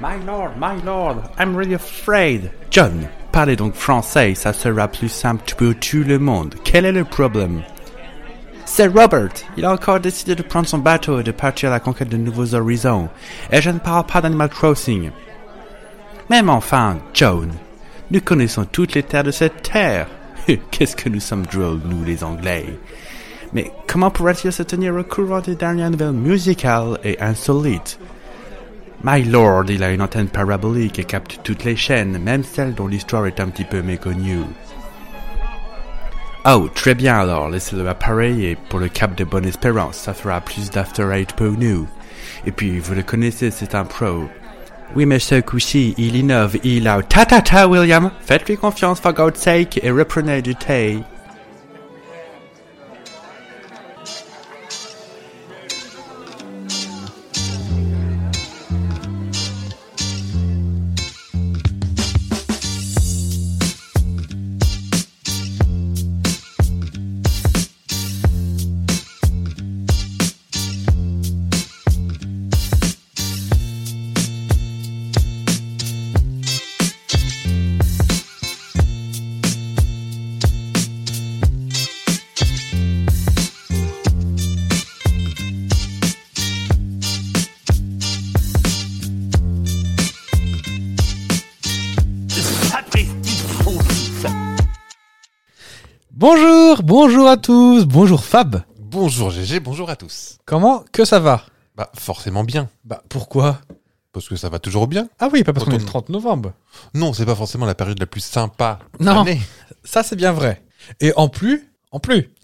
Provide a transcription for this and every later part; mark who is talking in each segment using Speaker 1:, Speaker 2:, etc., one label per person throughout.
Speaker 1: My lord, I'm really afraid. John, parlez donc français, ça sera plus simple pour tout le monde. Quel est le problème? C'est Robert. Il a encore décidé de prendre son bateau et de partir à la conquête de nouveaux horizons. Et je ne parle pas d'Animal Crossing. Même enfin, John, nous connaissons toutes les terres de cette terre. Qu'est-ce que nous sommes drôles, nous les Anglais. Mais comment pourrait-il se tenir au courant des dernières nouvelles musicales et insolites? My lord, il a une antenne parabolique et capte toutes les chaînes, même celles dont l'histoire est un petit peu méconnue. Oh, très bien alors, laissez-le appareiller pour le Cap de Bonne-Espérance, ça fera plus d'after eight pour nous. Et puis, vous le connaissez, c'est un pro. Oui, mais ce coup-ci, il innove, il a... Ta, William, faites-lui confiance for God's sake et reprenez du thé.
Speaker 2: Bonjour à tous, bonjour Fab.
Speaker 3: Bonjour GG, bonjour à tous.
Speaker 2: Comment que ça va?
Speaker 3: Bah forcément bien.
Speaker 2: Bah pourquoi?
Speaker 3: Parce que ça va toujours bien.
Speaker 2: Ah oui, pas parce qu'on est le 30 novembre.
Speaker 3: Non, c'est pas forcément la période la plus sympa de
Speaker 2: Non,
Speaker 3: l'année.
Speaker 2: ça c'est bien vrai. Et en plus,
Speaker 3: En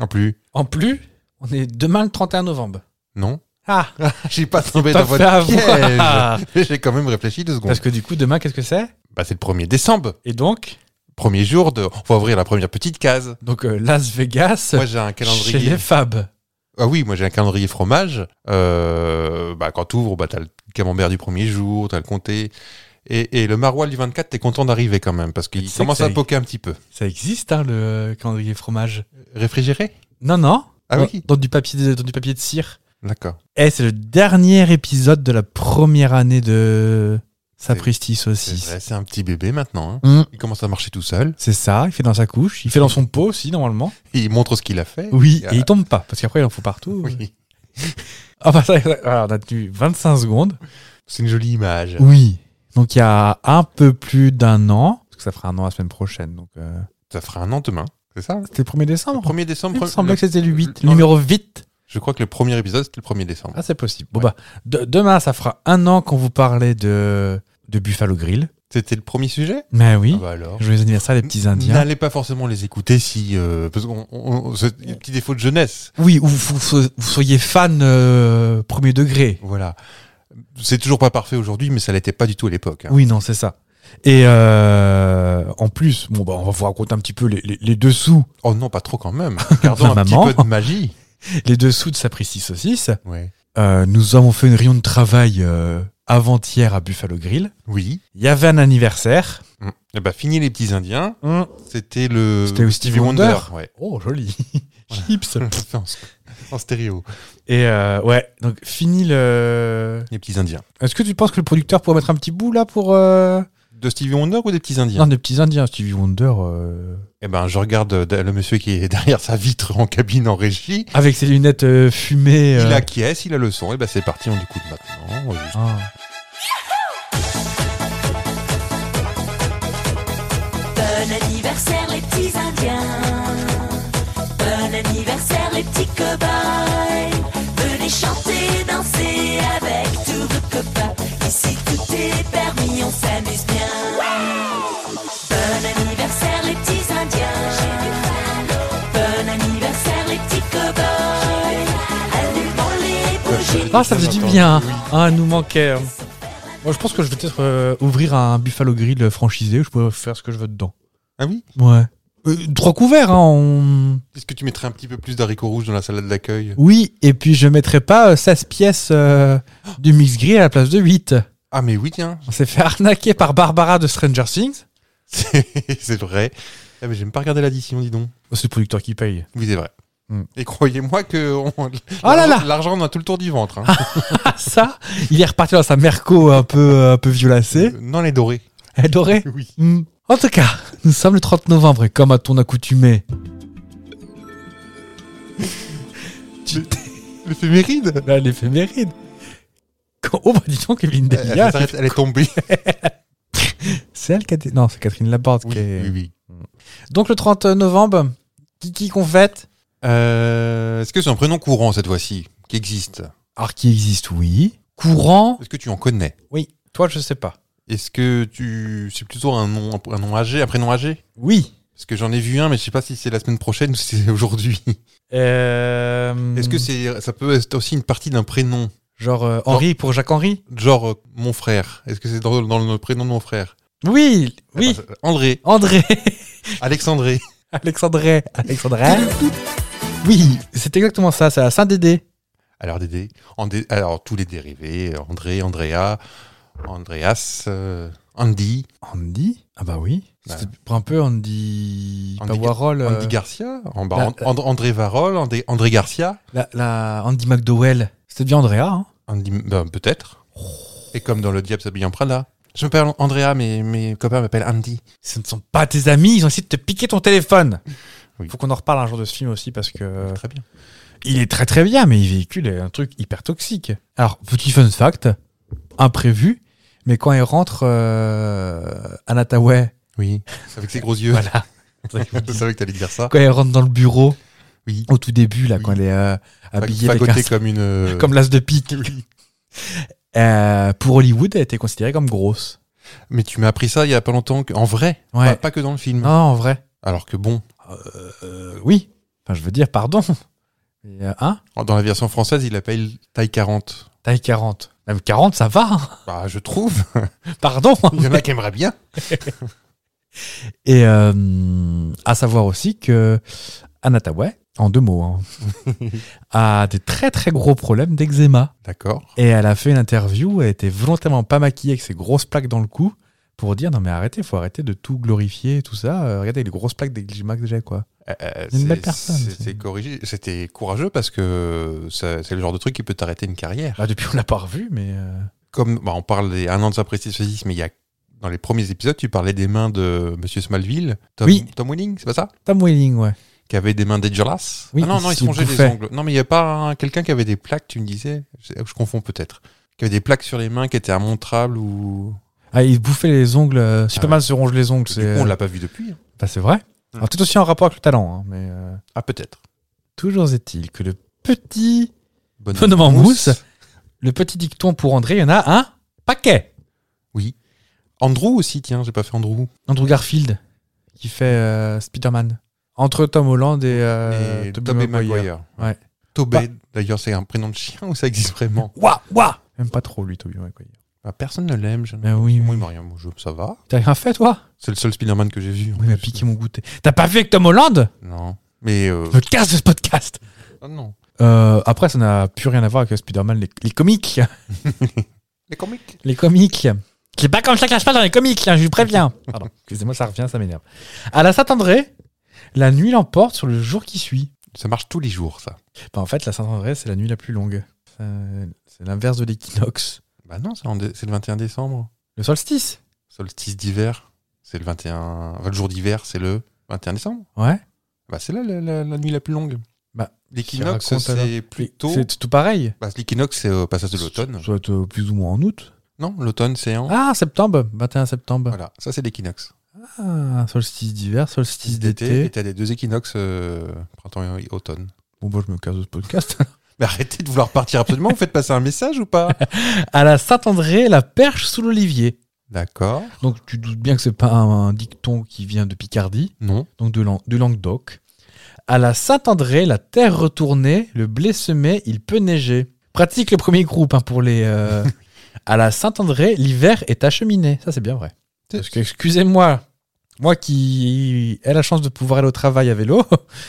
Speaker 3: plus,
Speaker 2: on est demain le 31 novembre.
Speaker 3: non.
Speaker 2: Ah,
Speaker 3: J'ai pas tombé
Speaker 2: pas
Speaker 3: dans
Speaker 2: fait
Speaker 3: votre
Speaker 2: avoir.
Speaker 3: piège. Mais j'ai quand même réfléchi 2 secondes.
Speaker 2: parce que du coup demain qu'est-ce que c'est?
Speaker 3: Bah c'est le 1er décembre.
Speaker 2: Et donc
Speaker 3: Premier jour de... On va ouvrir la première petite case.
Speaker 2: Las Vegas
Speaker 3: Moi j'ai un
Speaker 2: chez
Speaker 3: calendrier...
Speaker 2: les Fab.
Speaker 3: Ah oui, moi j'ai un calendrier fromage. Bah quand t'ouvres, bah t'as le camembert du premier jour, t'as le comté. Et le maroilles du 24, t'es content d'arriver quand même, parce qu'il
Speaker 2: Tu sais
Speaker 3: commence
Speaker 2: que ça
Speaker 3: à poquer un petit peu.
Speaker 2: Ça existe hein, le calendrier fromage.
Speaker 3: Réfrigéré?
Speaker 2: Non.
Speaker 3: Ah oui.
Speaker 2: Dans du papier de cire.
Speaker 3: D'accord.
Speaker 2: Et c'est le dernier épisode de la première année de Sapristi
Speaker 3: C'est
Speaker 2: Saucisse.
Speaker 3: vrai, c'est un petit bébé maintenant. Hein. Il commence à marcher tout seul.
Speaker 2: C'est ça, il fait dans sa couche, il fait dans son pot aussi normalement.
Speaker 3: Il montre ce qu'il a fait.
Speaker 2: Oui, et il tombe pas, parce qu'après il en faut partout.
Speaker 3: Oui.
Speaker 2: Ah bah ça, alors, on a tenu 25 secondes.
Speaker 3: C'est une jolie image.
Speaker 2: Oui, donc il y a un peu plus d'un an, parce que ça fera un an la semaine prochaine. Donc,
Speaker 3: Ça fera un an demain, c'est ça?
Speaker 2: C'était le 1er décembre
Speaker 3: 1er décembre.
Speaker 2: Il me semblait que c'était le 8, le
Speaker 3: non,
Speaker 2: numéro 8.
Speaker 3: Je crois que le premier épisode, c'était le 1er décembre.
Speaker 2: Ah c'est possible. Bon
Speaker 3: Ouais.
Speaker 2: bah, demain ça fera un an qu'on vous parlait de Buffalo Grill.
Speaker 3: C'était le premier sujet?
Speaker 2: Mais oui,
Speaker 3: Ah bah alors.
Speaker 2: joyeux anniversaire les petits Indiens.
Speaker 3: N'allez pas forcément les écouter si... parce qu'on c'est un petit défaut de jeunesse.
Speaker 2: Oui, ou vous soyez fan premier degré.
Speaker 3: Voilà. C'est toujours pas parfait aujourd'hui, mais ça l'était pas du tout à l'époque. Hein.
Speaker 2: Oui, non, c'est ça. Et en plus, bon, bah, on va vous raconter un petit peu les dessous.
Speaker 3: Oh non, pas trop quand même. Gardons un petit
Speaker 2: Maman.
Speaker 3: peu de magie.
Speaker 2: Les dessous de Sapristi Saucisse.
Speaker 3: Ouais.
Speaker 2: Nous avons fait une réunion de travail avant-hier à Buffalo Grill.
Speaker 3: Oui.
Speaker 2: Il y avait un anniversaire.
Speaker 3: Et bah, fini les petits Indiens. C'était le...
Speaker 2: C'était au Stevie Wonder.
Speaker 3: Ouais.
Speaker 2: Oh, joli.
Speaker 3: Voilà.
Speaker 2: Chips.
Speaker 3: en stéréo.
Speaker 2: Et ouais, donc fini le...
Speaker 3: Les petits Indiens.
Speaker 2: Est-ce que tu penses que le producteur pourrait mettre un petit bout là pour...
Speaker 3: De Stevie Wonder ou des petits Indiens?
Speaker 2: Non, des petits Indiens, Stevie Wonder.
Speaker 3: Eh ben, je regarde le monsieur qui est derrière sa vitre en cabine en régie.
Speaker 2: Avec ses lunettes fumées.
Speaker 3: Il acquiesce, il a le son. Et ben, c'est parti, on écoute maintenant.
Speaker 2: Ah.
Speaker 4: Bon anniversaire les petits Indiens. Bon anniversaire les petits cow-boys. Venez chanter, danser avec tous vos copains. Ici tout est permis, on s'amuse bien. Bon anniversaire les petits Indiens. Bon anniversaire les petits cow-boys. Allumons les bougies.
Speaker 2: Ah, ça faisait du bien. Ah, nous manquait. Moi, je pense que je vais peut-être ouvrir un Buffalo Grill franchisé. Je peux faire ce que je veux dedans.
Speaker 3: Ah oui?
Speaker 2: Ouais. 3 couverts, hein.
Speaker 3: Est-ce que tu mettrais un petit peu plus d'haricots rouges dans la salade d'accueil?
Speaker 2: Oui, et puis je mettrai pas 16 pièces du mix grill à la place de 8.
Speaker 3: Ah mais oui, tiens.
Speaker 2: On s'est fait arnaquer par Barbara de Stranger Things.
Speaker 3: C'est vrai. Ah, mais j'aime pas regarder l'addition, dis donc.
Speaker 2: C'est le producteur qui paye.
Speaker 3: Oui, c'est vrai. Et croyez-moi que
Speaker 2: Oh là là.
Speaker 3: l'argent, on a tout le tour du ventre. Hein.
Speaker 2: Ah, ça, il est reparti dans sa Merco un peu violacée.
Speaker 3: Non, les dorés.
Speaker 2: Elle dorée.
Speaker 3: Oui.
Speaker 2: En tout cas, nous sommes le 30 novembre et comme à ton accoutumé.
Speaker 3: L'éphéméride.
Speaker 2: Là, l'éphéméride. Oh, bah dis donc, Kevin
Speaker 3: Elle
Speaker 2: Delia.
Speaker 3: s'arrête, elle est tombée.
Speaker 2: C'est elle qui a été... Non, c'est Catherine Laborde
Speaker 3: Oui,
Speaker 2: qui est...
Speaker 3: oui.
Speaker 2: Donc le 30 novembre, qui qu'on fête?
Speaker 3: Est-ce que c'est un prénom courant cette fois-ci, qui existe?
Speaker 2: Alors qui existe, oui. Courant?
Speaker 3: Est-ce que tu en connais?
Speaker 2: Oui. Toi, je sais pas.
Speaker 3: Est-ce que c'est plutôt un nom âgé, un prénom âgé?
Speaker 2: Oui.
Speaker 3: Parce que j'en ai vu un, mais je sais pas si c'est la semaine prochaine ou si c'est aujourd'hui. Est-ce que ça peut être aussi une partie d'un prénom?
Speaker 2: Genre Henri pour Jacques-Henri?
Speaker 3: Genre mon frère. Est-ce que c'est dans le prénom de mon frère?
Speaker 2: Oui, oui.
Speaker 3: Ah bah, André.
Speaker 2: André.
Speaker 3: Alexandré.
Speaker 2: Alexandré. Oui, c'est exactement ça, c'est à Saint-Dédé.
Speaker 3: Alors Dédé. Alors tous les dérivés. André, Andrea, Andreas, Andy.
Speaker 2: Andy? Ah bah oui.
Speaker 3: Ouais.
Speaker 2: C'était pour un peu Andy...
Speaker 3: Andy
Speaker 2: Warhol.
Speaker 3: Andy Garcia. André Varol. André Garcia.
Speaker 2: La Andy McDowell. C'était bien Andrea, hein?
Speaker 3: Andy, peut-être. Et comme dans Le Diable s'habille en Prada. Je m'appelle Andrea, mais mes copains m'appellent Andy.
Speaker 2: Ce ne sont pas tes amis, ils ont essayé de te piquer ton téléphone.
Speaker 3: Oui.
Speaker 2: Faut qu'on en reparle un jour de ce film aussi parce que...
Speaker 3: Très bien.
Speaker 2: Il est très très bien, mais il véhicule un truc hyper toxique. Alors, petit fun fact, imprévu, mais quand il rentre à Nataway,
Speaker 3: Oui. Avec ses gros yeux.
Speaker 2: voilà.
Speaker 3: Je savais que t'allais dire ça.
Speaker 2: Quand elle rentre dans le bureau,
Speaker 3: Oui.
Speaker 2: au tout début, là,
Speaker 3: Oui.
Speaker 2: quand elle est habillée avec
Speaker 3: Fagotée
Speaker 2: un...
Speaker 3: comme une.
Speaker 2: comme l'as de pique.
Speaker 3: Oui.
Speaker 2: Pour Hollywood, elle était considérée comme grosse.
Speaker 3: Mais tu m'as appris ça il y a pas longtemps, en vrai.
Speaker 2: Ouais.
Speaker 3: Pas que dans le film.
Speaker 2: Non, en vrai.
Speaker 3: Alors que bon,
Speaker 2: Oui. Enfin, je veux dire, pardon. Et, hein?
Speaker 3: dans la version française, il appelle taille 40.
Speaker 2: Taille 40. Même 40, ça va. Hein.
Speaker 3: Bah, je trouve.
Speaker 2: Pardon.
Speaker 3: Il y en a qui aimeraient bien.
Speaker 2: Et à savoir aussi que Anataway, en 2 mots, hein, a des très très gros problèmes d'eczéma.
Speaker 3: D'accord.
Speaker 2: Et elle a fait une interview, elle était volontairement pas maquillée avec ses grosses plaques dans le cou pour dire non mais arrêtez, faut arrêter de tout glorifier, tout ça. Regardez les grosses plaques d'eczéma que j'ai, quoi. Une belle personne.
Speaker 3: C'était courageux parce que c'est le genre de truc qui peut t'arrêter une carrière.
Speaker 2: Bah, depuis on l'a pas revu, mais...
Speaker 3: Comme on parle des 1 an de sa prestige, mais il y a dans les premiers épisodes, tu parlais des mains de Monsieur Smallville,
Speaker 2: Oui.
Speaker 3: Tom Welling, c'est pas ça?
Speaker 2: Tom Welling, ouais.
Speaker 3: Qui avait des mains dégueulasses.
Speaker 2: Oui,
Speaker 3: Ah non,
Speaker 2: il
Speaker 3: il se
Speaker 2: se
Speaker 3: rongeait les
Speaker 2: bouffait.
Speaker 3: ongles. Non, mais il n'y a pas quelqu'un qui avait des plaques, tu me disais? Je confonds peut-être. Qui avait des plaques sur les mains qui étaient immontrables ou.
Speaker 2: Ah, il bouffait les ongles. Superman
Speaker 3: ouais.
Speaker 2: se ronge les ongles.
Speaker 3: Du
Speaker 2: C'est
Speaker 3: coup, on l'a pas vu depuis.
Speaker 2: bah, c'est vrai. Alors, tout aussi en rapport avec le talent, hein, mais
Speaker 3: Ah, peut-être.
Speaker 2: toujours est-il que le petit
Speaker 3: Bonhomme
Speaker 2: en mousse, le petit dicton pour André, il y en a un paquet.
Speaker 3: Oui. Andrew aussi, tiens, j'ai pas fait Andrew.
Speaker 2: Andrew Garfield, qui fait Spider-Man. Entre Tom Holland et,
Speaker 3: Tobey Maguire.
Speaker 2: Ouais.
Speaker 3: Tobey, d'ailleurs, c'est un prénom de chien ou ça existe vraiment?
Speaker 2: Ouah Même pas trop, lui, Tobey Maguire.
Speaker 3: Bah, personne ne l'aime.
Speaker 2: Mais oui,
Speaker 3: Moi,
Speaker 2: oui.
Speaker 3: il m'a rien. Ça va.
Speaker 2: T'as rien fait, toi?
Speaker 3: C'est le seul Spider-Man que j'ai vu.
Speaker 2: Oui, il m'a piqué mon goûter. T'as pas vu avec Tom Holland?
Speaker 3: Non. Mais.
Speaker 2: Je me casse de ce podcast.
Speaker 3: Ah non.
Speaker 2: Après, ça n'a plus rien à voir avec Spider-Man, les comiques.
Speaker 3: Les comiques.
Speaker 2: Les comiques. C'est pas comme ça que ça se passe dans les comiques, hein, je vous préviens. Pardon, excusez-moi, ça revient, ça m'énerve. À la Saint-André, la nuit l'emporte sur le jour qui suit.
Speaker 3: Ça marche tous les jours, ça.
Speaker 2: Bah, en fait, la Saint-André, c'est la nuit la plus longue. C'est l'inverse de l'équinoxe.
Speaker 3: Bah non, c'est le 21 décembre.
Speaker 2: Le solstice.
Speaker 3: Solstice d'hiver, c'est le 21. Enfin, le jour d'hiver, c'est le 21 décembre.
Speaker 2: Ouais.
Speaker 3: Bah c'est là la nuit la plus longue.
Speaker 2: Bah,
Speaker 3: L'équinoxe,
Speaker 2: raconte, alors.
Speaker 3: c'est plutôt.
Speaker 2: C'est tout pareil.
Speaker 3: Bah, l'équinoxe, c'est au passage de l'automne.
Speaker 2: Soit plus ou moins en août.
Speaker 3: Non, l'automne, c'est en.
Speaker 2: Ah, septembre. 21 septembre.
Speaker 3: Voilà, ça c'est l'équinoxe.
Speaker 2: Ah, solstice d'hiver, solstice
Speaker 3: Et
Speaker 2: d'été.
Speaker 3: t'as les 2 équinoxes, printemps et automne.
Speaker 2: Bon, bah, je me casse de ce podcast.
Speaker 3: Mais arrêtez de vouloir partir absolument, vous faites passer un message ou pas?
Speaker 2: À la Saint-André, la perche sous l'olivier.
Speaker 3: D'accord.
Speaker 2: Donc, tu doutes bien que c'est pas un dicton qui vient de Picardie,
Speaker 3: Non.
Speaker 2: donc de Languedoc. À la Saint-André, la terre retournée, le blé semé, il peut neiger. Pratique le premier groupe hein, pour les... À la Saint-André, l'hiver est acheminé. Ça, c'est bien vrai. Parce que, excusez-moi, moi qui ai la chance de pouvoir aller au travail à vélo,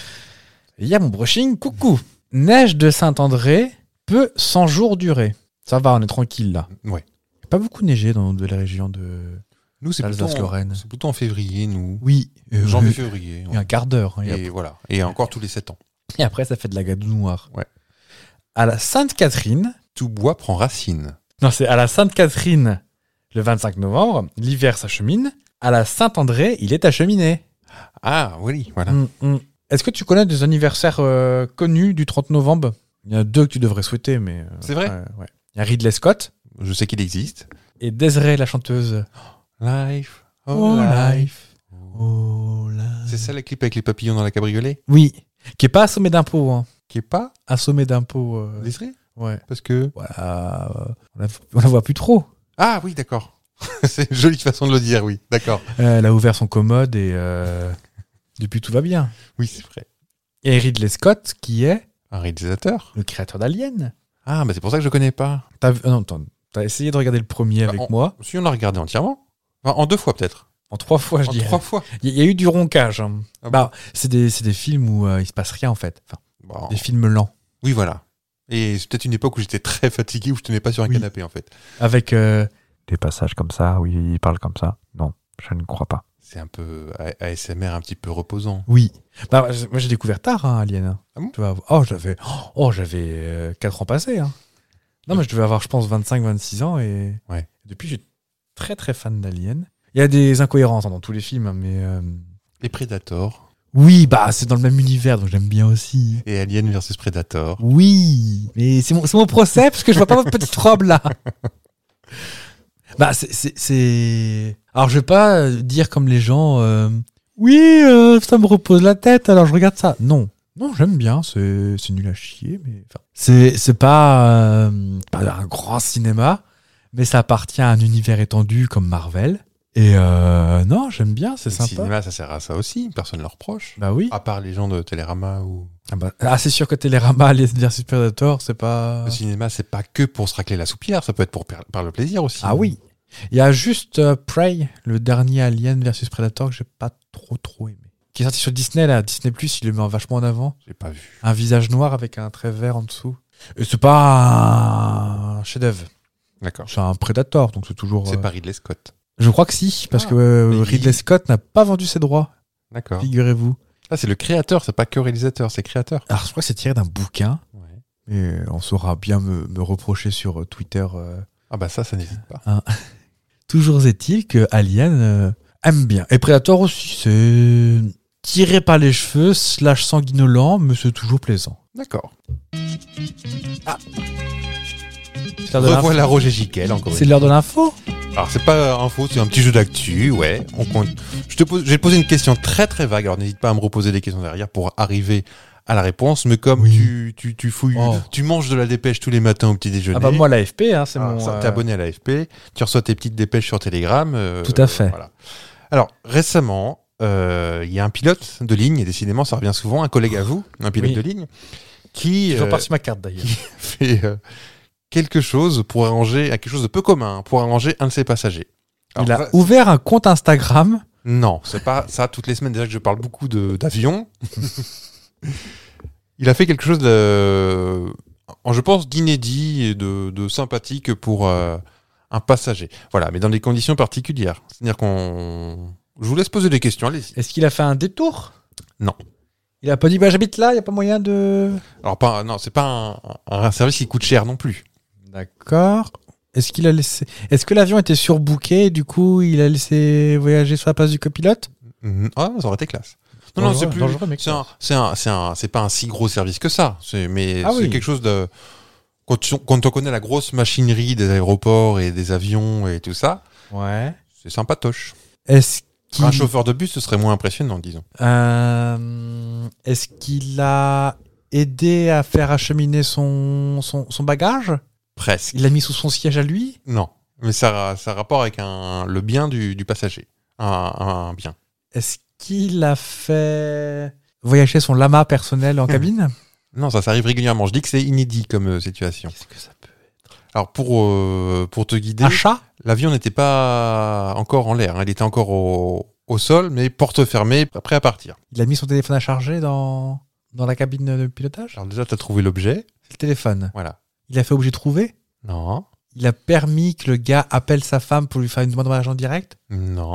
Speaker 2: il y a mon brushing, coucou. Neige de Saint-André peut 100 jours durer. Ça va, on est tranquille là.
Speaker 3: Ouais.
Speaker 2: Pas beaucoup neigé dans la région de...
Speaker 3: Nous, c'est plutôt,
Speaker 2: Alsace-Lorraine.
Speaker 3: c'est plutôt en février, nous.
Speaker 2: Oui.
Speaker 3: Janvier-février.
Speaker 2: Il y a un quart d'heure. hein, il y a-
Speaker 3: Et voilà. Et encore tous les 7 ans.
Speaker 2: Et après, ça fait de la gadoue noire.
Speaker 3: Ouais.
Speaker 2: À la Sainte-Catherine...
Speaker 3: Tout bois prend racine.
Speaker 2: Non, c'est à la Sainte-Catherine, le 25 novembre, l'hiver s'achemine. À la Saint-André, il est acheminé.
Speaker 3: Ah oui, voilà.
Speaker 2: Est-ce que tu connais des anniversaires connus du 30 novembre? Il y en a 2 que tu devrais souhaiter, mais...
Speaker 3: C'est vrai?
Speaker 2: Ouais. Il y a Ridley Scott
Speaker 3: Je sais qu'il existe.
Speaker 2: et Desiree, la chanteuse.
Speaker 3: Life,
Speaker 2: Oh,
Speaker 3: life.
Speaker 2: Oh, life.
Speaker 3: C'est ça le clip avec les papillons dans la cabriolet?
Speaker 2: Oui, qui est pas assommé d'impôts. Hein.
Speaker 3: Qui est pas
Speaker 2: Assommé d'impôts.
Speaker 3: Désiré?
Speaker 2: Ouais.
Speaker 3: Parce que...
Speaker 2: Voilà, on la voit plus trop.
Speaker 3: Ah oui, d'accord. C'est une jolie façon de le dire, oui. D'accord.
Speaker 2: Elle a ouvert son commode et depuis tout va bien.
Speaker 3: Oui, c'est vrai.
Speaker 2: Et Ridley Scott, qui est
Speaker 3: Un réalisateur?
Speaker 2: le créateur d'Alien.
Speaker 3: Ah, mais c'est pour ça que je connais pas.
Speaker 2: T'as essayé de regarder le premier avec moi.
Speaker 3: Si on l'a regardé entièrement. Enfin, en 2 fois peut-être.
Speaker 2: En 3 fois, je
Speaker 3: En
Speaker 2: dirais.
Speaker 3: 3 fois.
Speaker 2: Il y a eu du roncage. Hein.
Speaker 3: Ah
Speaker 2: Bah, c'est des films où il se passe rien en fait. Enfin,
Speaker 3: Bon.
Speaker 2: des films lents.
Speaker 3: Oui, voilà. Et c'est peut-être une époque où j'étais très fatigué, où je tenais pas sur un
Speaker 2: Oui.
Speaker 3: canapé en fait.
Speaker 2: Avec des passages comme ça, oui, il parle comme ça. Non, je ne crois pas.
Speaker 3: C'est un peu ASMR un petit peu reposant.
Speaker 2: Oui. Bah, moi j'ai découvert tard Alien.
Speaker 3: Ah bon?
Speaker 2: Tu vois, j'avais 4 ans passés. Hein. Non, mais je devais avoir, je pense, 25-26 ans et
Speaker 3: Ouais.
Speaker 2: depuis, je suis très très fan d'Alien. Il y a des incohérences dans tous les films, hein, mais
Speaker 3: Et Predator.
Speaker 2: oui, bah c'est dans le même univers, donc j'aime bien aussi.
Speaker 3: Et Alien versus Predator.
Speaker 2: Oui, mais c'est mon procès parce que je vois pas votre petite robe là. Bah c'est. Alors je vais pas dire comme les gens. Oui, ça me repose la tête, alors je regarde ça. Non, j'aime bien. C'est nul à chier, mais enfin, c'est pas un grand cinéma, mais ça appartient à un univers étendu comme Marvel. Et non, j'aime bien, c'est
Speaker 3: Le
Speaker 2: sympa.
Speaker 3: cinéma, ça sert à ça aussi. Personne ne le reproche.
Speaker 2: Bah oui.
Speaker 3: À part les gens de Télérama ou...
Speaker 2: C'est sûr que Télérama, Alien versus Predator, c'est pas.
Speaker 3: Le cinéma, c'est pas que pour se racler la soupière. Ça peut être pour par le plaisir aussi.
Speaker 2: Ah oui. Il y a juste Prey, le dernier Alien versus Predator que j'ai pas trop aimé. Qui est sorti sur Disney, là. Disney+, il le met vachement en avant.
Speaker 3: J'ai pas vu.
Speaker 2: Un visage noir avec un trait vert en dessous. Et c'est pas un chef-d'œuvre.
Speaker 3: D'accord.
Speaker 2: C'est un Predator, donc c'est toujours...
Speaker 3: C'est pas Ridley Scott.
Speaker 2: Je crois que si, parce
Speaker 3: Ah,
Speaker 2: que
Speaker 3: mais
Speaker 2: Ridley Scott n'a pas vendu ses droits,
Speaker 3: D'accord.
Speaker 2: figurez-vous.
Speaker 3: Ah, c'est le créateur, c'est pas que réalisateur, c'est créateur.
Speaker 2: Alors, je crois que c'est tiré d'un bouquin,
Speaker 3: Ouais.
Speaker 2: et on saura bien me reprocher sur Twitter...
Speaker 3: Ah bah ça n'hésite pas.
Speaker 2: Toujours est-il que Alien aime bien. Et Predator aussi, c'est tiré par les cheveux, / sanguinolent, mais c'est toujours plaisant.
Speaker 3: D'accord.
Speaker 2: C'est l'heure de l'info.
Speaker 3: Revoilà Roger Giquel encore
Speaker 2: C'est
Speaker 3: une
Speaker 2: l'heure de l'info.
Speaker 3: Alors c'est pas info, c'est un petit jeu d'actu, ouais. On compte. Je vais te poser une question très très vague, alors n'hésite pas à me reposer des questions derrière pour arriver à la réponse, mais comme
Speaker 2: Oui.
Speaker 3: tu fouilles,
Speaker 2: Oh.
Speaker 3: tu manges de la dépêche tous les matins au petit déjeuner.
Speaker 2: Ah bah moi, l'AFP, hein, c'est
Speaker 3: Alors,
Speaker 2: mon...
Speaker 3: ça, t'es abonné à l'AFP, tu reçois tes petites dépêches sur Telegram.
Speaker 2: Tout à fait.
Speaker 3: Voilà. Alors récemment, il y a un pilote de ligne, et décidément ça revient souvent, un collègue à vous, un pilote
Speaker 2: Oui.
Speaker 3: de ligne, qui
Speaker 2: J'ai reparti ma carte, d'ailleurs.
Speaker 3: fait quelque chose de peu commun, pour arranger un de ses passagers. Alors,
Speaker 2: Il a
Speaker 3: ça-
Speaker 2: ouvert un compte Instagram.
Speaker 3: Non, c'est pas ça. Toutes les semaines déjà que je parle beaucoup d'avions. Il a fait quelque chose je pense, d'inédit et de sympathique pour un passager. Voilà, mais dans des conditions particulières. C'est-à-dire je vous laisse poser des questions, allez-y.
Speaker 2: Est-ce qu'il a fait un détour?
Speaker 3: Non.
Speaker 2: Il a pas dit, bah j'habite là, il n'y a pas moyen de...
Speaker 3: Alors, non, c'est pas un service qui coûte cher non plus.
Speaker 2: D'accord. Est-ce que l'avion était surbooké et du coup il a laissé voyager sur la place du copilote?
Speaker 3: Ah, ça aurait été classe. Non, c'est plus.
Speaker 2: Dangereux, mec.
Speaker 3: C'est pas un si gros service que ça. Mais
Speaker 2: Ah
Speaker 3: c'est
Speaker 2: oui.
Speaker 3: quelque chose de. Quand on connaît la grosse machinerie des aéroports et des avions et tout ça,
Speaker 2: Ouais.
Speaker 3: c'est sympatoche.
Speaker 2: Est-ce qu'il...
Speaker 3: Un chauffeur de bus, ce serait moins impressionnant, disons.
Speaker 2: Est-ce qu'il a aidé à faire acheminer son bagage?
Speaker 3: Presque.
Speaker 2: Il l'a mis sous son siège à lui?
Speaker 3: Non. Mais ça a rapport avec le bien du passager. Un bien.
Speaker 2: Est-ce qu'il a fait voyager son lama personnel en cabine?
Speaker 3: Non, ça arrive régulièrement. Je dis que c'est inédit comme situation.
Speaker 2: Qu'est-ce que ça peut être?
Speaker 3: Alors, pour te guider,
Speaker 2: Un chat?
Speaker 3: l'avion n'était pas encore en l'air. Hein. Il était encore au sol, mais porte fermée, prêt à partir.
Speaker 2: Il a mis son téléphone à charger dans la cabine de pilotage?
Speaker 3: Alors déjà, tu as trouvé l'objet.
Speaker 2: C'est le téléphone.
Speaker 3: Voilà.
Speaker 2: Il a fait objet trouvé?
Speaker 3: Non.
Speaker 2: Il a permis que le gars appelle sa femme pour lui faire une demande de mariage en direct?
Speaker 3: Non.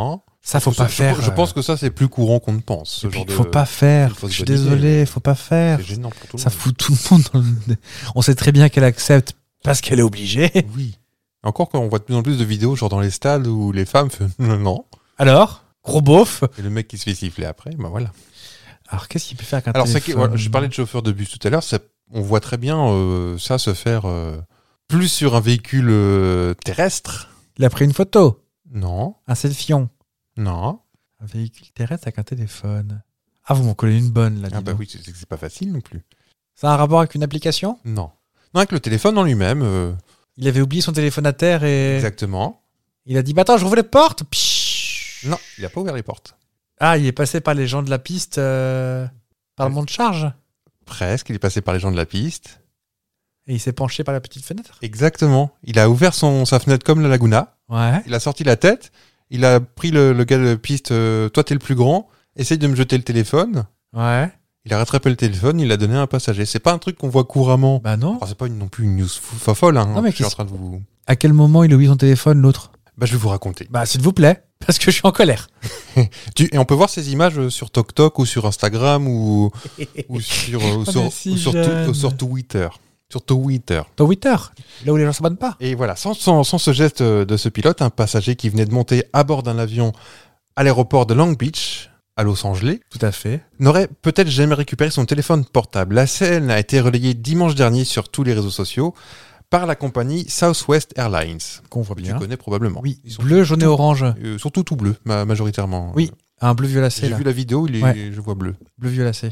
Speaker 2: Ça, faut pas faire.
Speaker 3: Je pense que ça, c'est plus courant qu'on ne pense. Ce
Speaker 2: Et puis,
Speaker 3: genre
Speaker 2: faut
Speaker 3: de-
Speaker 2: pas faire.
Speaker 3: une fausse
Speaker 2: Je suis
Speaker 3: bonne idée.
Speaker 2: désolé, faut pas faire.
Speaker 3: C'est gênant pour tout le
Speaker 2: Ça
Speaker 3: monde.
Speaker 2: fout tout le monde dans le... On sait très bien qu'elle accepte parce qu'elle est obligée.
Speaker 3: Oui. Encore quand on voit de plus en plus de vidéos, genre dans les stades où les femmes font non.
Speaker 2: Alors, gros beauf.
Speaker 3: Et le mec qui se fait siffler après, ben voilà.
Speaker 2: Alors, qu'est-ce qu'il peut faire qu'un
Speaker 3: Alors,
Speaker 2: téléphone
Speaker 3: voilà, je parlais de chauffeur de bus tout à l'heure, on voit très bien ça se faire plus sur un véhicule terrestre.
Speaker 2: Il a pris une photo.
Speaker 3: Non,
Speaker 2: Un selfion.
Speaker 3: non.
Speaker 2: Un véhicule terrestre avec un téléphone. Ah, vous m'en collez une bonne, là, dis
Speaker 3: Ah bah
Speaker 2: donc.
Speaker 3: oui, c'est pas facile non plus.
Speaker 2: Ça a un rapport avec une application?
Speaker 3: Non. Non, avec le téléphone en lui-même,
Speaker 2: Il avait oublié son téléphone à terre et...
Speaker 3: exactement.
Speaker 2: Il a dit, bah attends, je rouvre les portes. Pshhh.
Speaker 3: Non, il a pas ouvert les portes.
Speaker 2: Ah, il est passé par les gens de la piste, par le mont de charge.
Speaker 3: Presque, il est passé par les gens de la piste.
Speaker 2: Et il s'est penché par la petite fenêtre.
Speaker 3: Exactement. Il a ouvert sa fenêtre comme la Laguna.
Speaker 2: Ouais.
Speaker 3: Il a sorti la tête. Il a pris le gars de piste. Toi, t'es le plus grand. Essaye de me jeter le téléphone.
Speaker 2: Ouais.
Speaker 3: Il a rattrapé le téléphone. Il l'a donné à un passager. C'est pas un truc qu'on voit couramment.
Speaker 2: Bah non.
Speaker 3: Alors, c'est pas non plus une news folle. Hein,
Speaker 2: Non, mais
Speaker 3: je suis en
Speaker 2: qu'est-ce-
Speaker 3: train de vous.
Speaker 2: À quel moment il a oublié son téléphone, l'autre?
Speaker 3: Bah, je vais vous raconter.
Speaker 2: Bah, s'il vous plaît. Parce que je suis en colère.
Speaker 3: Et on peut voir ces images sur TokTok ou sur Instagram ou sur,
Speaker 2: est si jeune.
Speaker 3: sur Twitter. Sur Twitter.
Speaker 2: Twitter. Là où les gens s'abonnent pas.
Speaker 3: Et voilà, sans ce geste de ce pilote, un passager qui venait de monter à bord d'un avion à l'aéroport de Long Beach, à Los Angeles,
Speaker 2: Tout à fait.
Speaker 3: n'aurait peut-être jamais récupéré son téléphone portable. La scène a été relayée dimanche dernier sur tous les réseaux sociaux par la compagnie Southwest Airlines,
Speaker 2: Qu'on voit
Speaker 3: que
Speaker 2: bien.
Speaker 3: tu connais probablement.
Speaker 2: Oui.
Speaker 3: Ils sont
Speaker 2: Bleu, jaune et orange.
Speaker 3: surtout tout bleu, majoritairement.
Speaker 2: Oui. Un bleu violacé,
Speaker 3: J'ai
Speaker 2: là.
Speaker 3: vu la vidéo,
Speaker 2: Ouais.
Speaker 3: je vois bleu.
Speaker 2: Bleu violacé.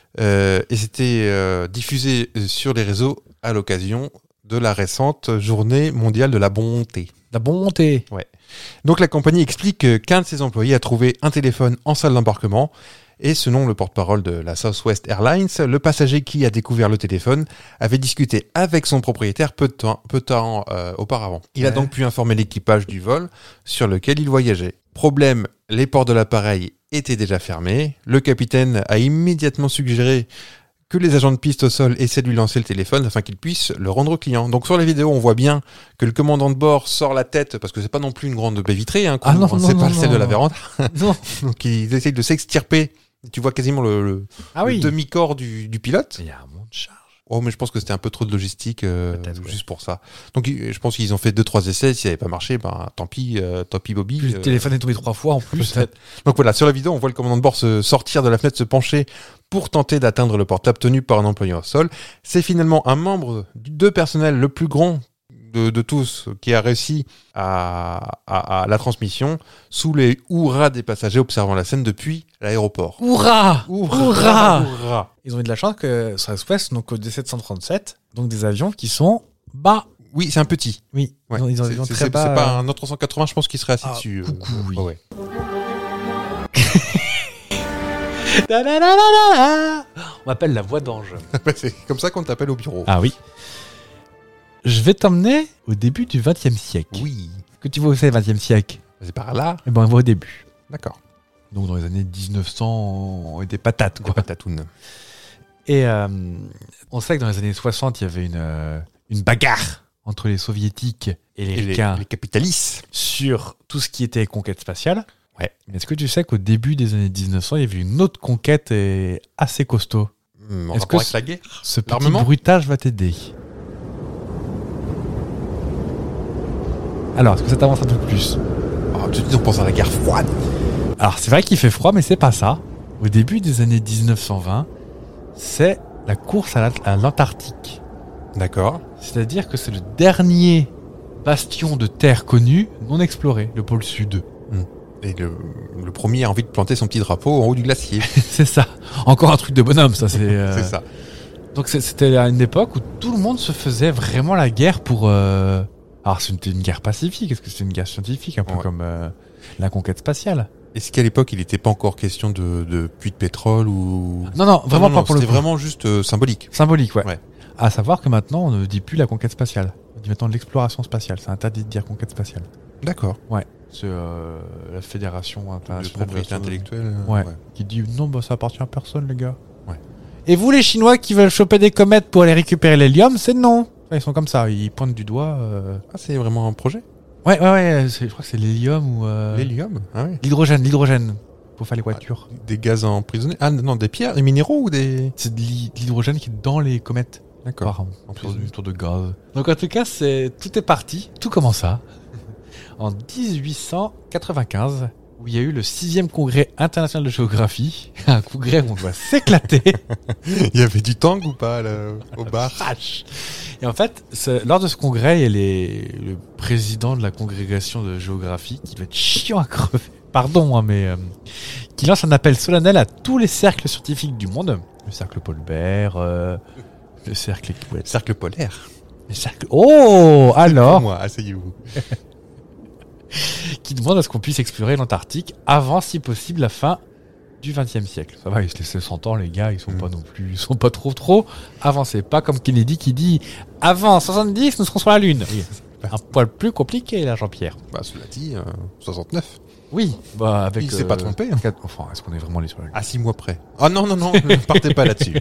Speaker 3: Et c'était diffusé sur les réseaux à l'occasion de la récente journée mondiale de la bonté.
Speaker 2: La bonté.
Speaker 3: Donc la compagnie explique qu'un de ses employés a trouvé un téléphone en salle d'embarquement et selon le porte-parole de la Southwest Airlines, le passager qui a découvert le téléphone avait discuté avec son propriétaire peu de temps auparavant. Il a
Speaker 2: Ouais.
Speaker 3: donc pu informer l'équipage du vol sur lequel il voyageait. Problème, les portes de l'appareil étaient déjà fermées. Le capitaine a immédiatement suggéré que les agents de piste au sol essaient de lui lancer le téléphone afin qu'il puisse le rendre au client. Donc sur la vidéo, on voit bien que le commandant de bord sort la tête, parce que c'est pas non plus une grande baie vitrée, hein,
Speaker 2: Ah non, non,
Speaker 3: c'est
Speaker 2: non,
Speaker 3: pas
Speaker 2: non,
Speaker 3: celle de la
Speaker 2: non.
Speaker 3: véranda.
Speaker 2: Non.
Speaker 3: Donc ils essayent de s'extirper. Tu vois quasiment le
Speaker 2: Ah oui.
Speaker 3: demi-corps du pilote.
Speaker 2: Il y a un monde de charge.
Speaker 3: Oh, mais je pense que c'était un peu trop de logistique
Speaker 2: Peut-être, ouais.
Speaker 3: juste pour ça. Donc je pense qu'ils ont fait 2-3 essais. Si ça n'avait pas marché, ben tant pis Bobby.
Speaker 2: Puis le téléphone est tombé 3 fois en plus.
Speaker 3: peut-être. Donc voilà, sur la vidéo, on voit le commandant de bord se sortir de la fenêtre, se pencher pour tenter d'atteindre le portable tenu par un employé au sol. C'est finalement un membre de personnel le plus grand de tous qui a réussi à la transmission sous les hurrahs des passagers observant la scène depuis l'aéroport.
Speaker 2: Hurrah Hurrah
Speaker 3: Hurrah.
Speaker 2: Ils ont eu de la chance que Southwest, donc au D737, donc des avions qui sont bas.
Speaker 3: Oui, c'est un petit.
Speaker 2: Oui,
Speaker 3: Ouais.
Speaker 2: ils ont
Speaker 3: C'est
Speaker 2: très
Speaker 3: c'est
Speaker 2: bas.
Speaker 3: pas un autre 180, je pense qu'il serait assis
Speaker 2: Ah,
Speaker 3: dessus.
Speaker 2: coucou, oui.
Speaker 3: Ouais.
Speaker 2: On m'appelle la voix d'ange.
Speaker 3: C'est comme ça qu'on t'appelle au bureau.
Speaker 2: Ah oui. Je vais t'emmener au début du XXe siècle.
Speaker 3: Oui.
Speaker 2: Que tu vois où c'est le XXe siècle?
Speaker 3: C'est par là.
Speaker 2: Eh ben, on va au début.
Speaker 3: D'accord.
Speaker 2: Donc dans les années 1900 et des patates, quoi.
Speaker 3: Patatoun.
Speaker 2: Et on sait que dans les années 60, il y avait une bagarre entre les soviétiques et les
Speaker 3: Et
Speaker 2: ricains
Speaker 3: les capitalistes.
Speaker 2: sur tout ce qui était conquête spatiale.
Speaker 3: Ouais.
Speaker 2: Mais est-ce que tu sais qu'au début des années 1900, il y avait une autre conquête assez costaud?
Speaker 3: En
Speaker 2: Est-ce
Speaker 3: rapport
Speaker 2: que
Speaker 3: avec la guerre.
Speaker 2: Ce petit
Speaker 3: L'armement
Speaker 2: bruitage va t'aider. Alors, est-ce que ça t'avance un peu plus?
Speaker 3: Oh, tout de suite, on pense à la guerre froide.
Speaker 2: Alors, c'est vrai qu'il fait froid, mais c'est pas ça. Au début des années 1920, c'est la course à l'Antarctique.
Speaker 3: D'accord.
Speaker 2: C'est-à-dire que c'est le dernier bastion de terre connu non exploré, le pôle sud.
Speaker 3: Et le premier a envie de planter son petit drapeau en haut du glacier.
Speaker 2: C'est ça. Encore un truc de bonhomme, ça.
Speaker 3: C'est ça.
Speaker 2: Donc c'était à une époque où tout le monde se faisait vraiment la guerre pour... Alors c'était une guerre pacifique, est-ce que c'était une guerre scientifique, un peu
Speaker 3: Ouais.
Speaker 2: comme la conquête spatiale?
Speaker 3: Est-ce qu'à l'époque, il n'était pas encore question de puits de pétrole ou...
Speaker 2: Non, vraiment pas pour le
Speaker 3: C'était
Speaker 2: coup.
Speaker 3: vraiment juste symbolique.
Speaker 2: Symbolique, ouais.
Speaker 3: Ouais.
Speaker 2: À savoir que maintenant, on ne dit plus la conquête spatiale. On dit maintenant l'exploration spatiale. C'est interdit de dire conquête spatiale.
Speaker 3: D'accord.
Speaker 2: C'est la Fédération
Speaker 3: De
Speaker 2: internationale
Speaker 3: propriété intellectuelle.
Speaker 2: Ouais. Qui dit non, bah ça appartient à personne, les gars.
Speaker 3: Ouais.
Speaker 2: Et vous, les Chinois qui veulent choper des comètes pour aller récupérer l'hélium, c'est non. Ils sont comme ça, ils pointent du doigt.
Speaker 3: Ah, c'est vraiment un projet.
Speaker 2: Ouais, je crois que c'est l'hélium ou...
Speaker 3: L'hélium? Ah ouais.
Speaker 2: L'hydrogène. Pour faire les voitures.
Speaker 3: Des gaz emprisonnés? Ah non, des pierres, des minéraux ou des...
Speaker 2: C'est de l'hydrogène qui est dans les comètes.
Speaker 3: D'accord.
Speaker 2: Apparemment. Autour de gaz. Donc en tout cas, tout est parti. Tout commence en 1895, où il y a eu le 6e congrès international de géographie. Un congrès où on doit s'éclater.
Speaker 3: Il y avait du tang ou pas là, au bar?
Speaker 2: Et en fait, lors de ce congrès, il y a le président de la congrégation de géographie qui va être chiant à crever. Pardon, hein, mais qui lance un appel solennel à tous les cercles scientifiques du monde. Le cercle Paul Bert, le cercle...
Speaker 3: Cercle polaire.
Speaker 2: Le cercle... Oh, alors
Speaker 3: Moi, asseyez-vous.
Speaker 2: Qui demande à ce qu'on puisse explorer l'Antarctique avant, si possible, la fin du XXe siècle. Ça va, ils se laissent 100 ans, les gars, ils sont pas non plus... Ils sont pas trop avancés. Pas comme Kennedy qui dit « Avant 70, nous serons sur la Lune ». Oui, un poil plus compliqué, là, Jean-Pierre.
Speaker 3: Bah, cela dit, 69.
Speaker 2: Oui, bah avec...
Speaker 3: Il s'est pas trompé. Hein.
Speaker 2: Enfin, est-ce qu'on est vraiment allé sur la Lune?
Speaker 3: À 6 mois près. Ah non, ne partez pas là-dessus.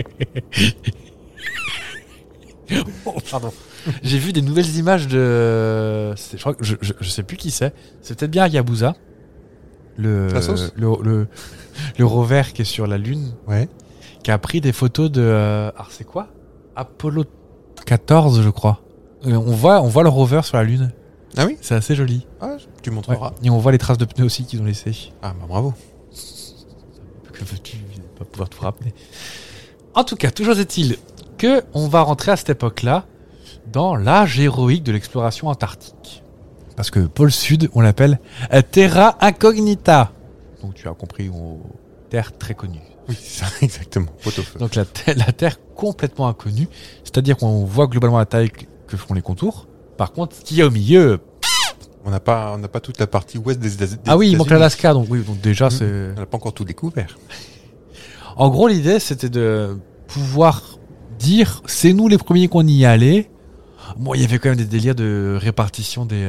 Speaker 2: Oh, pardon. J'ai vu des nouvelles images de... Je crois que je sais plus qui c'est. C'est peut-être bien Hayabusa.
Speaker 3: La sauce
Speaker 2: le rover qui est sur la Lune.
Speaker 3: Ouais.
Speaker 2: Qui a pris des photos de... alors c'est quoi? Apollo 14, je crois. On voit le rover sur la Lune.
Speaker 3: Ah oui?
Speaker 2: C'est assez joli.
Speaker 3: Ah, tu montreras.
Speaker 2: Ouais. Et on voit les traces de pneus aussi qu'ils ont laissées.
Speaker 3: Ah bah bravo.
Speaker 2: Que veux-tu? Pas pouvoir tout rappeler. En tout cas, toujours est-il que on va rentrer à cette époque-là dans l'âge héroïque de l'exploration antarctique. Parce que pôle Sud, on l'appelle Terra Incognita. Donc tu as compris, Terre très connue.
Speaker 3: Oui, c'est ça, exactement. Pot-au-feu.
Speaker 2: Donc la Terre complètement inconnue. C'est-à-dire qu'on voit globalement la taille que font les contours. Par contre, ce qu'il y a au milieu...
Speaker 3: On n'a pas toute la partie ouest des
Speaker 2: Ah oui, il manque
Speaker 3: États-Unis.
Speaker 2: l'Alaska, donc déjà c'est...
Speaker 3: On n'a pas encore tout découvert.
Speaker 2: En gros, l'idée, c'était de pouvoir dire, c'est nous les premiers qu'on y est allés. Bon, il y avait quand même des délires de répartition des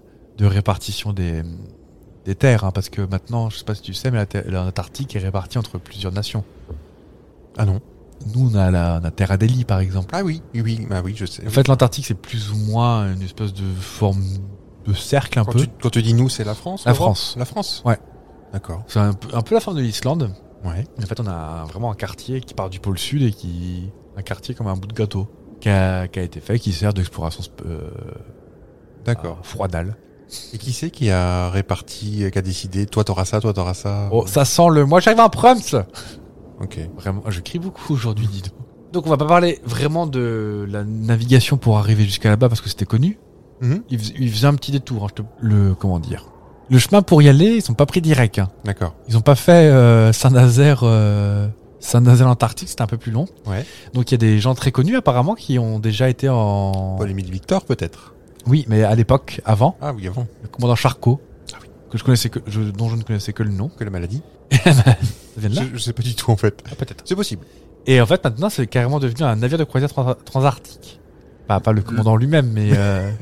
Speaker 2: terres, hein, parce que maintenant, je sais pas si tu sais, mais l'Antarctique est répartie entre plusieurs nations.
Speaker 3: Ah non.
Speaker 2: Nous, on a la Terre Adélie, par exemple.
Speaker 3: Ah oui, bah oui, je sais.
Speaker 2: En fait, l'Antarctique, c'est plus ou moins une espèce de forme de cercle un peu.
Speaker 3: Quand tu dis nous, c'est la France?
Speaker 2: La
Speaker 3: l'Europe
Speaker 2: France.
Speaker 3: La France?
Speaker 2: Ouais.
Speaker 3: D'accord.
Speaker 2: C'est un peu la forme de l'Islande.
Speaker 3: Ouais.
Speaker 2: En fait, on a vraiment un quartier qui part du pôle sud et un quartier comme un bout de gâteau qui a été fait, qui sert d'exploration
Speaker 3: D'accord.
Speaker 2: froidale.
Speaker 3: Et qui c'est qui a réparti, qui a décidé, toi t'auras ça, toi t'auras ça?
Speaker 2: Oh, ça sent le... Moi, j'arrive en Prums.
Speaker 3: Ok.
Speaker 2: Vraiment, je crie beaucoup aujourd'hui, dis donc. Donc, on va pas parler vraiment de la navigation pour arriver jusqu'à là-bas parce que c'était connu.
Speaker 3: Mhm.
Speaker 2: Il faisait un petit détour. Hein, comment dire? Le chemin pour y aller, ils sont pas pris direct. Hein.
Speaker 3: D'accord.
Speaker 2: Ils ont pas fait Saint-Nazaire Antarctique, c'était un peu plus long.
Speaker 3: Ouais.
Speaker 2: Donc il y a des gens très connus apparemment qui ont déjà été en...
Speaker 3: Paul-Émile Victor peut-être?
Speaker 2: Oui, mais à l'époque, avant,
Speaker 3: Ah oui, avant.
Speaker 2: le commandant Charcot,
Speaker 3: Ah oui.
Speaker 2: dont je ne connaissais que le nom.
Speaker 3: Que la maladie?
Speaker 2: Ça vient de là?
Speaker 3: Je sais pas du tout en fait.
Speaker 2: Ah, peut-être.
Speaker 3: C'est possible.
Speaker 2: Et en fait, maintenant, c'est carrément devenu un navire de croisière transarctique. Pas le commandant lui-même, mais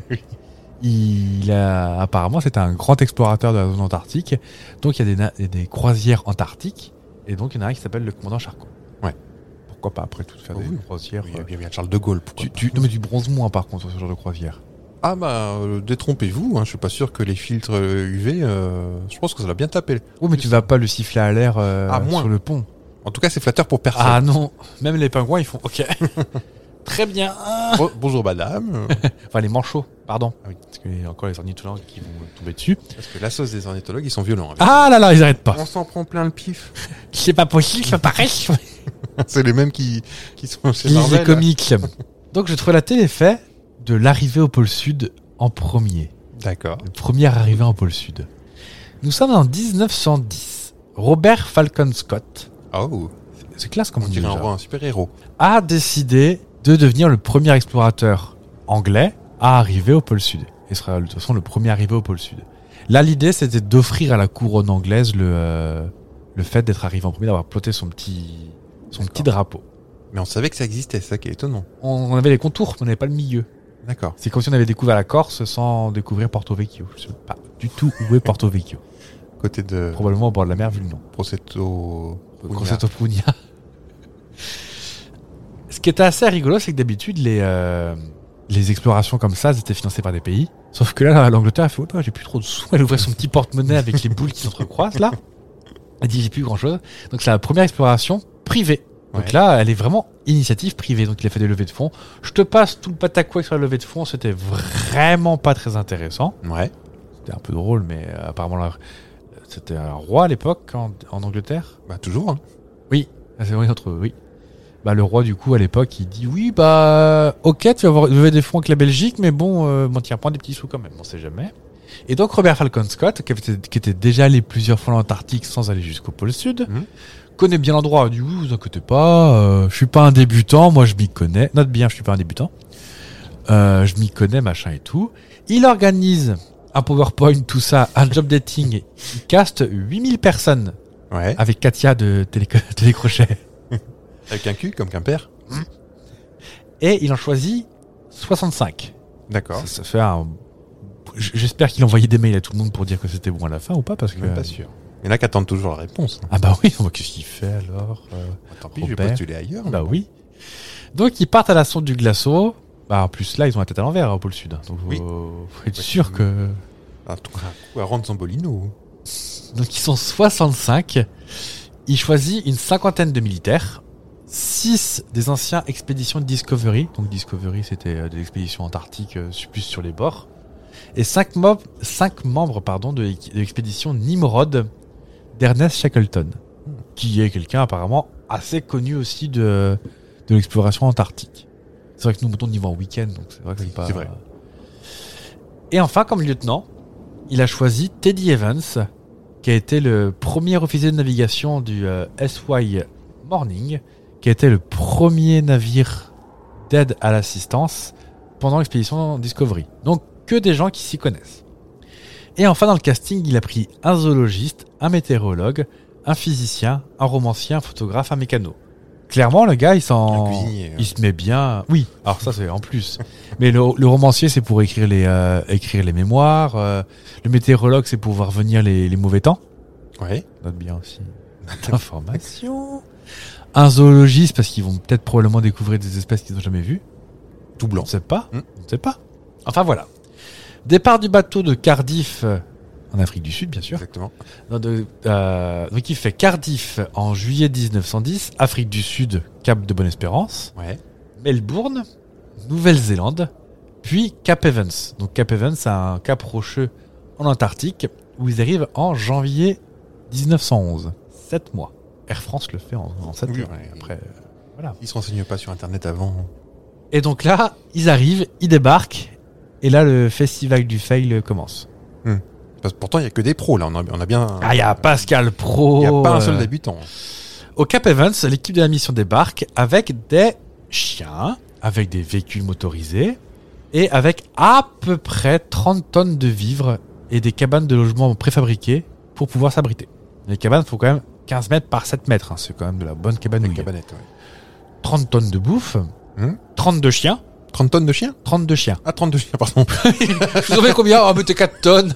Speaker 2: apparemment, c'était un grand explorateur de la zone antarctique. Donc, il y a des croisières antarctiques. Et donc, il y en a un qui s'appelle le commandant Charcot.
Speaker 3: Ouais.
Speaker 2: Pourquoi pas après tout faire
Speaker 3: Oh
Speaker 2: des
Speaker 3: oui.
Speaker 2: croisières
Speaker 3: Il y a bien Charles de Gaulle. Pourquoi pas.
Speaker 2: Non, mais du bronze moins, par contre, sur ce genre de croisière.
Speaker 3: Ah bah, détrompez-vous, hein, je suis pas sûr que les filtres UV, je pense que ça va bien taper.
Speaker 2: Oui, mais tu vas pas le siffler à l'air
Speaker 3: moins.
Speaker 2: sur le pont.
Speaker 3: En tout cas, c'est flatteur pour personne.
Speaker 2: Ah non, même les pingouins, ils font OK. Très bien.
Speaker 3: Bonjour madame.
Speaker 2: Enfin, les manchots, pardon.
Speaker 3: Ah oui.
Speaker 2: Parce qu'il y a encore les ornithologues qui vont tomber dessus.
Speaker 3: Parce que la sauce des ornithologues, ils sont violents. avec
Speaker 2: Ah là là, ils arrêtent pas.
Speaker 3: ça. On s'en prend plein le pif.
Speaker 2: C'est pas possible, c'est pareil.
Speaker 3: C'est les mêmes qui sont chez
Speaker 2: Lisent
Speaker 3: Marvel.
Speaker 2: les comics. Donc, je trouvais la télé fait de l'arrivée au pôle Sud en premier.
Speaker 3: D'accord.
Speaker 2: Le premier arrivé au pôle Sud. Nous sommes en 1910. Robert Falcon Scott,
Speaker 3: Oh,
Speaker 2: c'est classe comme
Speaker 3: on
Speaker 2: on dit
Speaker 3: dirait
Speaker 2: déjà,
Speaker 3: un super-héros.
Speaker 2: a décidé de devenir le premier explorateur anglais à arriver au pôle Sud. Il sera de toute façon le premier arrivé au pôle Sud. Là, l'idée, c'était d'offrir à la couronne anglaise le fait d'être arrivé en premier, d'avoir ploté son petit drapeau.
Speaker 3: Mais on savait que ça existait, c'est ça qui est étonnant.
Speaker 2: On avait les contours, mais on n'avait pas le milieu.
Speaker 3: D'accord.
Speaker 2: C'est comme si on avait découvert la Corse sans découvrir Porto Vecchio. Je sais pas du tout où est Porto Vecchio.
Speaker 3: Côté de
Speaker 2: Probablement au bord de la mer, vu le nom.
Speaker 3: Prosetto.
Speaker 2: Grosseto Pugna. Ce qui était assez rigolo, c'est que d'habitude, les explorations comme ça, elles étaient financées par des pays. Sauf que là, l'Angleterre, elle fait, oh, j'ai plus trop de sous. Elle ouvrait son petit porte-monnaie avec les boules qui s'entrecroisent, là. Elle dit, j'ai plus grand-chose. Donc, c'est la première exploration privée. Donc
Speaker 3: Ouais.
Speaker 2: là, elle est vraiment initiative privée. Donc, il a fait des levées de fonds. Je te passe tout le pataquouet sur la levée de fonds. C'était vraiment pas très intéressant.
Speaker 3: Ouais.
Speaker 2: C'était un peu drôle, mais apparemment, là, c'était un roi à l'époque en Angleterre.
Speaker 3: Bah, toujours. Hein.
Speaker 2: Ah, c'est vrai, oui. Bah, le roi, du coup, à l'époque, il dit oui, bah, ok, tu vas avoir levé des fonds avec la Belgique, mais bon, m'en tire pas des petits sous quand même, on sait jamais. Et donc, Robert Falcon Scott, qui était déjà allé plusieurs fois en Antarctique sans aller jusqu'au pôle Sud,
Speaker 3: Mhm.
Speaker 2: connaît bien l'endroit. Il dit oui, vous inquiétez pas, je suis pas un débutant, moi je m'y connais. Note bien, je suis pas un débutant. Je m'y connais, machin et tout. Il organise un PowerPoint, tout ça, un job dating. Il caste 8000 personnes
Speaker 3: Ouais.
Speaker 2: avec Katia de Télécrochet.
Speaker 3: Avec un cul, comme qu'un père.
Speaker 2: Et il en choisit 65.
Speaker 3: D'accord.
Speaker 2: Ça fait un... J'espère qu'il envoyait des mails à tout le monde pour dire que c'était bon à la fin ou pas, parce que...
Speaker 3: Même pas sûr. Il y en a qui attendent toujours la réponse.
Speaker 2: Ah bah oui, qu'est-ce qu'il fait alors
Speaker 3: Tant pis, je vais
Speaker 2: Robert.
Speaker 3: postuler ailleurs.
Speaker 2: Bah oui. Donc ils partent à la sonde du glaçon. Bah en plus là, ils ont la tête à l'envers au pôle Sud. Donc
Speaker 3: Oui.
Speaker 2: faut être
Speaker 3: Ouais,
Speaker 2: sûr que...
Speaker 3: Un coup à rendre son bolino.
Speaker 2: Donc ils sont 65. Il choisit une cinquantaine de militaires. 6 des anciens expéditions de Discovery. Donc Discovery, c'était des expéditions antarctiques plus sur les bords. Et 5 membres de l'expédition Nimrod d'Ernest Shackleton. Qui est quelqu'un apparemment assez connu aussi de l'exploration antarctique. C'est vrai que nous montons de niveau en week-end, donc c'est vrai que c'est pas...
Speaker 3: c'est vrai.
Speaker 2: Et enfin, comme lieutenant, il a choisi Teddy Evans, qui a été le premier officier de navigation du SY Morning, qui a été le premier navire d'aide à l'assistance pendant l'expédition Discovery. Donc, que des gens qui s'y connaissent. Et enfin, dans le casting, il a pris un zoologiste, un météorologue, un physicien, un romancier, un photographe, un mécano. Clairement, le gars,
Speaker 3: Un cuisinier.
Speaker 2: il se met bien. Oui, alors ça, c'est en plus. Mais le romancier, c'est pour écrire les mémoires. Le météorologue, c'est pour voir venir les mauvais temps.
Speaker 3: Ouais.
Speaker 2: Note bien aussi. Information. Un zoologiste, parce qu'ils vont peut-être probablement découvrir des espèces qu'ils n'ont jamais vues.
Speaker 3: Tout
Speaker 2: On
Speaker 3: blanc.
Speaker 2: ne sait pas. On ne sait pas. Enfin, voilà. Départ du bateau de Cardiff, en Afrique du Sud, bien sûr.
Speaker 3: Exactement.
Speaker 2: Donc, il fait Cardiff en juillet 1910, Afrique du Sud, Cap de Bonne-Espérance,
Speaker 3: Ouais.
Speaker 2: Melbourne, Nouvelle-Zélande, puis Cap Evans. Donc, Cap Evans, c'est un cap rocheux en Antarctique, où ils arrivent en janvier 1911. 7 mois. Air France le fait en 7
Speaker 3: Oui,
Speaker 2: mois.
Speaker 3: ouais.
Speaker 2: Après, voilà.
Speaker 3: Ils se renseignent pas sur Internet avant.
Speaker 2: Et donc là, ils arrivent, ils débarquent, et là, le festival du fail commence.
Speaker 3: Parce que pourtant, il y a que des pros là. On a bien.
Speaker 2: Ah, il y a Pascal Pro.
Speaker 3: Il n'y a pas un seul débutant.
Speaker 2: Au Cap Evans, l'équipe de la mission débarque avec des chiens, avec des véhicules motorisés, et avec à peu près 30 tonnes de vivres et des cabanes de logement préfabriquées pour pouvoir s'abriter. Les cabanes font quand même 15 mètres par 7 mètres. Hein. C'est quand même de la bonne cabane.
Speaker 3: Une cabanette, ouais.
Speaker 2: 30 tonnes de bouffe, 32 chiens.
Speaker 3: 30 tonnes de chiens
Speaker 2: 32 chiens.
Speaker 3: Ah, 32 chiens, pardon.
Speaker 2: Je vous en mets combien? Oh, mais t'es 4 tonnes.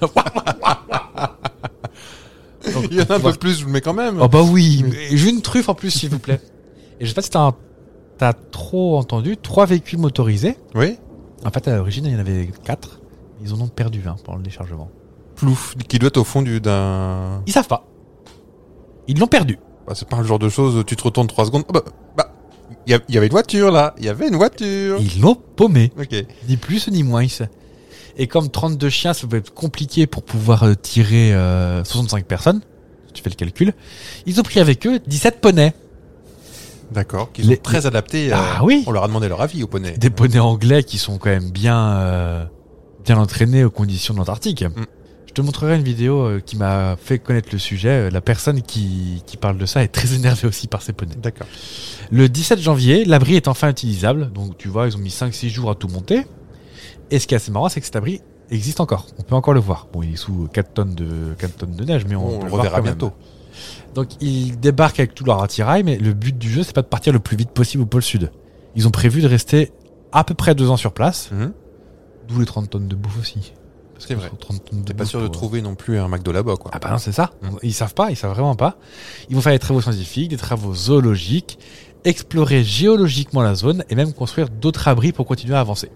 Speaker 2: Donc,
Speaker 3: Il y en a un peu plus, je le mets quand même.
Speaker 2: Oh bah oui, mais j'ai une truffe en plus, s'il vous plaît. Et je sais pas si t'as trop entendu, 3 véhicules motorisés.
Speaker 3: Oui.
Speaker 2: En fait, à l'origine, il y en avait 4. Ils en ont perdu un pendant le déchargement.
Speaker 3: Plouf, qui doit être au fond d'un.
Speaker 2: Ils savent pas. Ils l'ont perdu.
Speaker 3: Bah, c'est pas le genre de chose, tu te retournes 3 secondes. Oh, bah, il y avait une voiture là. Il y avait une voiture.
Speaker 2: Ils l'ont paumé.
Speaker 3: Ok.
Speaker 2: Ni plus ni moins. Et comme 32 chiens, ça peut être compliqué pour pouvoir tirer 65 personnes. Tu fais le calcul. Ils ont pris avec eux 17 poneys.
Speaker 3: D'accord. Qui sont très adaptés.
Speaker 2: Ah oui.
Speaker 3: On leur a demandé leur avis aux poneys.
Speaker 2: Des poneys anglais qui sont quand même bien entraînés aux conditions de l'Antarctique. Je te montrerai une vidéo qui m'a fait connaître le sujet. La personne qui parle de ça est très énervée aussi par ces poneys.
Speaker 3: D'accord.
Speaker 2: Le 17 janvier, l'abri est enfin utilisable. Donc tu vois, ils ont mis 5-6 jours à tout monter. Et ce qui est assez marrant, c'est que cet abri existe encore. On peut encore le voir. Bon, il est sous 4 tonnes de neige, mais on peut
Speaker 3: le
Speaker 2: voir
Speaker 3: reverra
Speaker 2: quand même.
Speaker 3: bientôt.
Speaker 2: Donc ils débarquent avec tout leur attirail, mais le but du jeu, c'est pas de partir le plus vite possible au pôle sud. Ils ont prévu de rester à peu près 2 ans sur place. D'où les 30 tonnes de bouffe aussi. Parce
Speaker 3: C'est
Speaker 2: que
Speaker 3: vrai.
Speaker 2: 30 tonnes de
Speaker 3: T'es pas
Speaker 2: bouffe
Speaker 3: sûr de
Speaker 2: pour-
Speaker 3: trouver non plus un McDo là-bas, quoi.
Speaker 2: Ah bah non, c'est ça. Ils savent vraiment pas. Ils vont faire des travaux scientifiques, des travaux zoologiques, explorer géologiquement la zone et même construire d'autres abris pour continuer à avancer.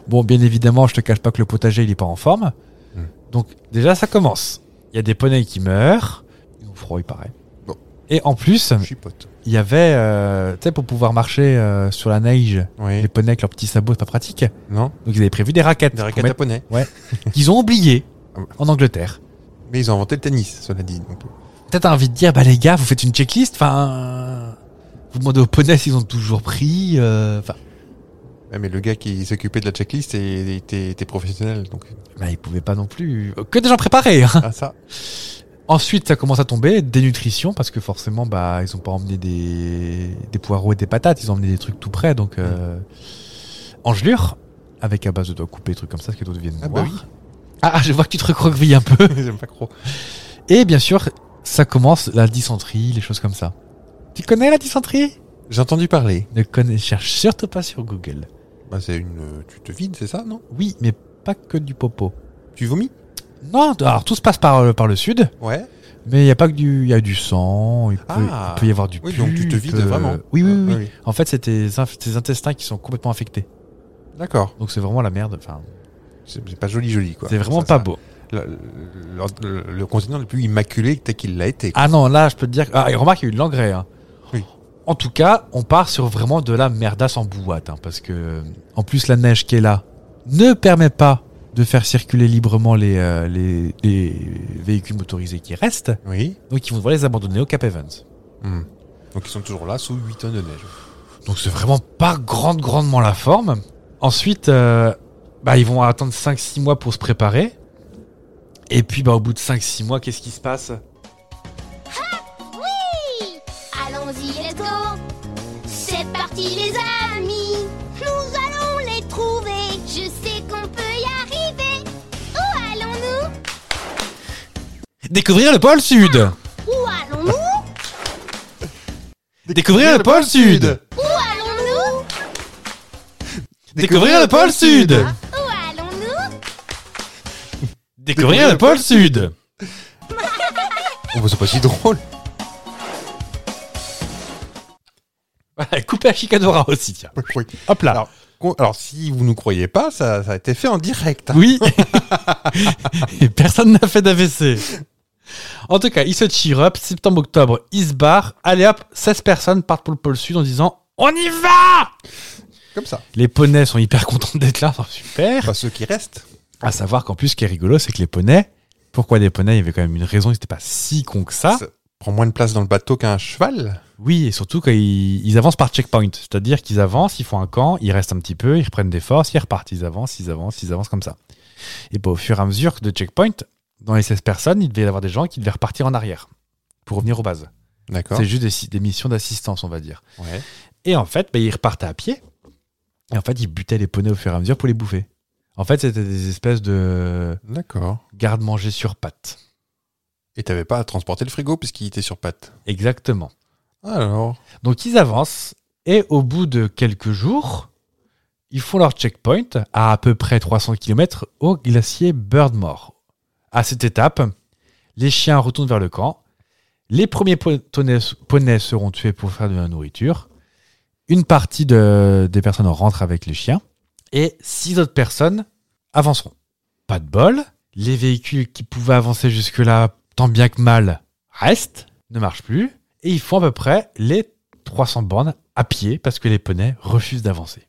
Speaker 2: Bon, bien évidemment, je te cache pas que le potager, il est pas en forme. Donc, déjà, ça commence. Il y a des poneys qui meurent. Ils ont froid, il paraît.
Speaker 3: Bon.
Speaker 2: Et en plus,
Speaker 3: Chipote.
Speaker 2: il y avait, tu sais, pour pouvoir marcher sur la neige,
Speaker 3: Oui.
Speaker 2: les poneys avec leurs petits sabots, c'est pas pratique.
Speaker 3: Non.
Speaker 2: Donc, ils avaient prévu des raquettes.
Speaker 3: Des
Speaker 2: pour
Speaker 3: raquettes
Speaker 2: mettre-
Speaker 3: à poney.
Speaker 2: qu'ils ont oublié
Speaker 3: Ah ouais.
Speaker 2: en Angleterre.
Speaker 3: Mais ils ont inventé le tennis, cela dit. Donc,
Speaker 2: Peut-être envie de dire, bah les gars, vous faites une checklist, enfin, vous demandez aux poneys s'ils ont toujours pris, enfin,
Speaker 3: ouais, mais le gars qui s'occupait de la checklist était professionnel. Donc...
Speaker 2: bah ils pouvaient pas non plus, que des gens préparés. Hein.
Speaker 3: Ah, ça.
Speaker 2: Ensuite, ça commence à tomber, dénutrition, parce que forcément, bah ils ont pas emmené des poireaux et des patates, ils ont emmené des trucs tout près, donc engelure, avec à base de doigts coupés, des trucs comme ça, ce que d'autres viennent
Speaker 3: Ah, bah
Speaker 2: voir.
Speaker 3: oui.
Speaker 2: Ah, je vois que tu te recroquevilles un peu.
Speaker 3: J'aime pas trop.
Speaker 2: Et bien sûr, ça commence la dysenterie, les choses comme ça. Tu connais la dysenterie?
Speaker 3: J'ai entendu parler.
Speaker 2: Ne connais, cherche surtout pas sur Google.
Speaker 3: Bah, c'est une. Tu te vides, c'est ça, non?
Speaker 2: Oui, mais pas que du popo.
Speaker 3: Tu vomis?
Speaker 2: Non, alors tout se passe par le sud,
Speaker 3: Ouais.
Speaker 2: mais il y a pas que il y a du sang, il
Speaker 3: Ah.
Speaker 2: peut y avoir du
Speaker 3: Oui,
Speaker 2: pus.
Speaker 3: donc tu te vides vraiment.
Speaker 2: Oui, oui, oui.
Speaker 3: Ah,
Speaker 2: oui. En fait, c'est tes intestins qui sont complètement affectés.
Speaker 3: D'accord.
Speaker 2: Donc c'est vraiment la merde. Enfin,
Speaker 3: C'est pas joli, quoi.
Speaker 2: c'est vraiment
Speaker 3: Ça,
Speaker 2: pas
Speaker 3: ça-
Speaker 2: beau.
Speaker 3: Le continent le plus immaculé tel qu'il l'a été.
Speaker 2: Ah non, là, je peux te dire. Ah, et remarque, il y a eu de l'engrais. Hein.
Speaker 3: Oui.
Speaker 2: En tout cas, on part sur vraiment de la merdasse en boîte, hein, parce que en plus la neige qui est là ne permet pas de faire circuler librement les véhicules motorisés qui restent.
Speaker 3: Oui.
Speaker 2: Donc ils vont devoir les abandonner au Cap Evans.
Speaker 3: Donc ils sont toujours là sous 8 tonnes de neige.
Speaker 2: Donc c'est vraiment pas grandement la forme. Ensuite, ils vont attendre 5-6 mois pour se préparer. Et puis au bout de 5-6 mois, qu'est-ce qui se passe?
Speaker 5: Oui, allons-y, let's go. C'est parti les amis, nous allons les trouver. Je sais qu'on peut y arriver. Où allons-nous?
Speaker 2: Découvrir le pôle Sud.
Speaker 5: Où allons-nous?
Speaker 2: Découvrir le pôle Sud.
Speaker 5: Où allons-nous?
Speaker 2: Découvrir le pôle Sud.
Speaker 5: Où allons-nous?
Speaker 2: Découvrir le pôle Sud.
Speaker 3: Oh, bah, c'est pas si drôle.
Speaker 2: Voilà, coupé à Chicadora aussi, tiens.
Speaker 3: Oui.
Speaker 2: Hop là.
Speaker 3: Alors, si vous ne croyez pas, ça a été fait en direct. Hein.
Speaker 2: Oui. Et personne n'a fait d'AVC. En tout cas, il se cheer up. Septembre-octobre, il se barre. Allez hop, 16 personnes partent pour le pôle Sud en disant « On y va !»
Speaker 3: Comme ça.
Speaker 2: Les poneys sont hyper contents d'être là. Oh, super.
Speaker 3: Pas ceux qui restent.
Speaker 2: À savoir qu'en plus, ce qui est rigolo, c'est que les poneys... Pourquoi des poneys? Il y avait quand même une raison. Ils n'étaient pas si cons que ça.
Speaker 3: Ça prend moins de place dans le bateau qu'un cheval.
Speaker 2: Oui, et surtout qu'ils avancent par checkpoint. C'est-à-dire qu'ils avancent, ils font un camp, ils restent un petit peu, ils reprennent des forces, ils repartent. Ils avancent comme ça. Et au fur et à mesure de checkpoint, dans les 16 personnes, il devait y avoir des gens qui devaient repartir en arrière pour revenir aux bases.
Speaker 3: D'accord.
Speaker 2: C'est juste des missions d'assistance, on va dire.
Speaker 3: Ouais.
Speaker 2: Et en fait, ils repartaient à pied. Et en fait, ils butaient les poneys au fur et à mesure pour les bouffer. En fait, c'était des espèces de
Speaker 3: D'accord.
Speaker 2: garde-manger sur pattes.
Speaker 3: Et t'avais pas à transporter le frigo puisqu'il était sur pattes.
Speaker 2: Exactement.
Speaker 3: Alors.
Speaker 2: Donc, ils avancent. Et au bout de quelques jours, ils font leur checkpoint à peu près 300 km au glacier Birdmore. À cette étape, les chiens retournent vers le camp. Les premiers poneys seront tués pour faire de la nourriture. Une partie des personnes rentrent avec les chiens. Et 6 autres personnes avanceront. Pas de bol. Les véhicules qui pouvaient avancer jusque-là, tant bien que mal, restent, ne marchent plus. Et ils font à peu près les 300 bornes à pied parce que les poneys refusent d'avancer.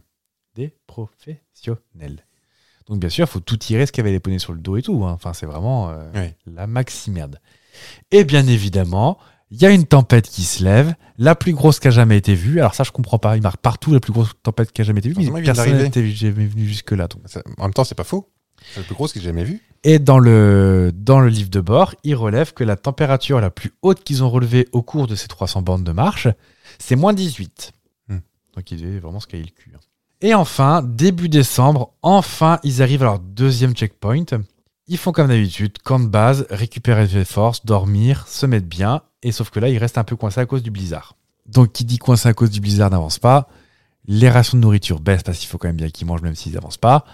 Speaker 2: Des professionnels. Donc bien sûr, il faut tout tirer ce qu'avaient les poneys sur le dos et tout. Hein. Enfin, c'est vraiment
Speaker 3: Oui.
Speaker 2: la maxi merde. Et bien évidemment, il y a une tempête qui se lève, la plus grosse qui a jamais été vue. Alors ça, je comprends pas. Il marque partout la plus grosse tempête qui a jamais été vue.
Speaker 3: Forcément,
Speaker 2: Mais
Speaker 3: il vient
Speaker 2: personne
Speaker 3: d'arriver.
Speaker 2: n'était jamais venu jusque-là. Donc.
Speaker 3: En même temps, c'est pas faux. C'est le plus gros que j'ai jamais vu.
Speaker 2: Et dans le livre de bord, il relève que la température la plus haute qu'ils ont relevée au cours de ces 300 bornes de marche, c'est moins 18. Donc il est vraiment se cailler le cul. Et enfin, début décembre, ils arrivent à leur deuxième checkpoint. Ils font comme d'habitude, camp de base, récupérer des forces, dormir, se mettre bien. Et sauf que là, ils restent un peu coincés à cause du blizzard. Donc qui dit coincé à cause du blizzard n'avance pas. Les rations de nourriture baissent parce qu'il faut quand même bien qu'ils mangent même s'ils n'avancent pas.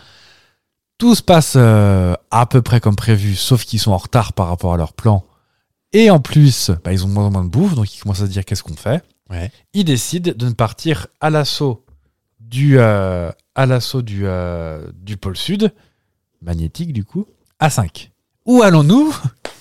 Speaker 2: Tout se passe à peu près comme prévu, sauf qu'ils sont en retard par rapport à leur plan. Et en plus, ils ont moins en moins de bouffe, donc ils commencent à se dire qu'est-ce qu'on fait.
Speaker 3: Ouais.
Speaker 2: Ils décident de ne partir à l'assaut à l'assaut du pôle sud, magnétique du coup, à 5. Où allons-nous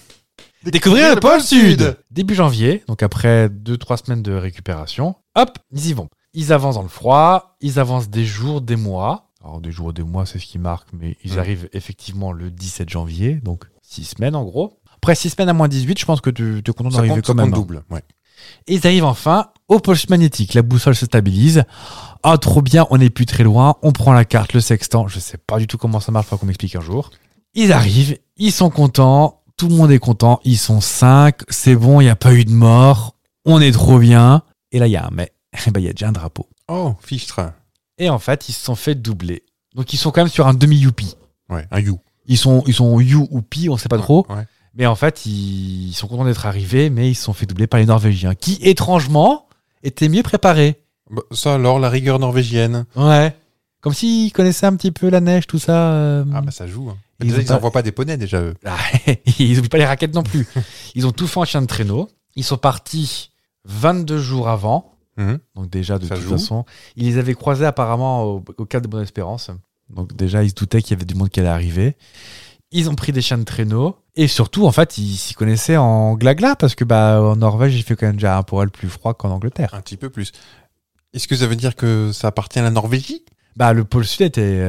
Speaker 2: découvrir le pôle sud. Début janvier, donc après 2-3 semaines de récupération, hop, ils y vont. Ils avancent dans le froid, ils avancent des jours, des mois. Alors des jours, des mois, c'est ce qui marque, mais ils arrivent effectivement le 17 janvier, donc 6 semaines en gros. Après 6 semaines à moins 18, je pense que tu es content d'arriver quand même.
Speaker 3: Double, ouais.
Speaker 2: Et ils arrivent enfin au pôle magnétique. La boussole se stabilise. Ah, trop bien, on n'est plus très loin. On prend la carte, le sextant. Je sais pas du tout comment ça marche, faut qu'on m'explique un jour. Ils arrivent, ils sont contents. Tout le monde est content. Ils sont 5. C'est bon, il n'y a pas eu de mort. On est trop bien. Et là, il y a un mais. Il y a déjà un drapeau.
Speaker 3: Oh, fichtre.
Speaker 2: Et en fait, ils se sont fait doubler. Donc, ils sont quand même sur un demi-youpi.
Speaker 3: Ouais, un you.
Speaker 2: Ils sont you ou pi, on sait pas trop.
Speaker 3: Ouais.
Speaker 2: Mais en fait, ils sont contents d'être arrivés, mais ils se sont fait doubler par les Norvégiens, qui, étrangement, étaient mieux préparés.
Speaker 3: Bah, ça alors, la rigueur norvégienne.
Speaker 2: Ouais. Comme s'ils connaissaient un petit peu la neige, tout ça.
Speaker 3: Ah bah ça joue. Hein.
Speaker 2: Ils
Speaker 3: Déjà,
Speaker 2: ont
Speaker 3: ils
Speaker 2: pas-
Speaker 3: n'envoient pas des poneys déjà, eux.
Speaker 2: Ah, ils n'oublient pas les raquettes non plus. Ils ont tout fait en chien de traîneau. Ils sont partis 22 jours avant.
Speaker 3: Mhm.
Speaker 2: Donc déjà, de
Speaker 3: Ça
Speaker 2: toute
Speaker 3: joue.
Speaker 2: façon, ils les avaient croisés apparemment au Cap de Bonne-Espérance. Donc déjà, ils se doutaient qu'il y avait du monde qui allait arriver. Ils ont pris des chiens de traîneau. Et surtout, en fait, ils s'y connaissaient en glagla parce que en Norvège, il fait quand même déjà un poil plus froid qu'en Angleterre.
Speaker 3: Un petit peu plus. Est-ce que ça veut dire que ça appartient à la Norvégie?
Speaker 2: Le pôle sud était...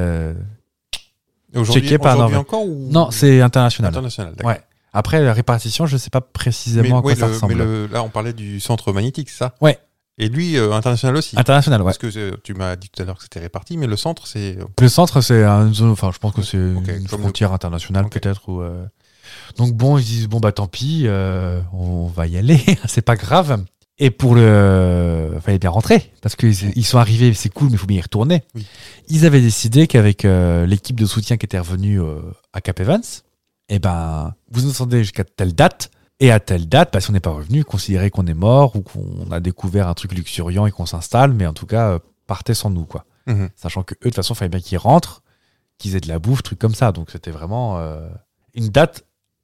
Speaker 3: Aujourd'hui,
Speaker 2: Checké par
Speaker 3: aujourd'hui
Speaker 2: Norvège.
Speaker 3: encore ou...
Speaker 2: Non, c'est international.
Speaker 3: international. D'accord.
Speaker 2: Ouais. Après, la répartition, je ne sais pas précisément à quoi ça ressemble.
Speaker 3: là, on parlait du centre magnétique, c'est ça?
Speaker 2: Ouais.
Speaker 3: Et lui, international aussi.
Speaker 2: International, ouais.
Speaker 3: Parce que tu m'as dit tout à l'heure que c'était réparti, mais le centre, c'est...
Speaker 2: Le centre, c'est une zone, enfin, je pense que c'est
Speaker 3: Ok,
Speaker 2: une
Speaker 3: comme
Speaker 2: frontière internationale,
Speaker 3: Ok.
Speaker 2: peut-être. Ou, Donc bon, ils se disent, tant pis, on va y aller, c'est pas grave. Et fallait bien rentrer, parce qu'ils sont arrivés, c'est cool, mais il faut bien y retourner.
Speaker 3: Oui.
Speaker 2: Ils avaient décidé qu'avec l'équipe de soutien qui était revenue à Cap Evans, vous nous attendez jusqu'à telle date, et à telle date, si on n'est pas revenu, considérez qu'on est mort, ou qu'on a découvert un truc luxuriant et qu'on s'installe, mais en tout cas, partez sans nous, quoi.
Speaker 3: Mhm.
Speaker 2: Sachant que eux, de toute façon, il fallait bien qu'ils rentrent, qu'ils aient de la bouffe, trucs comme ça. Donc c'était vraiment une date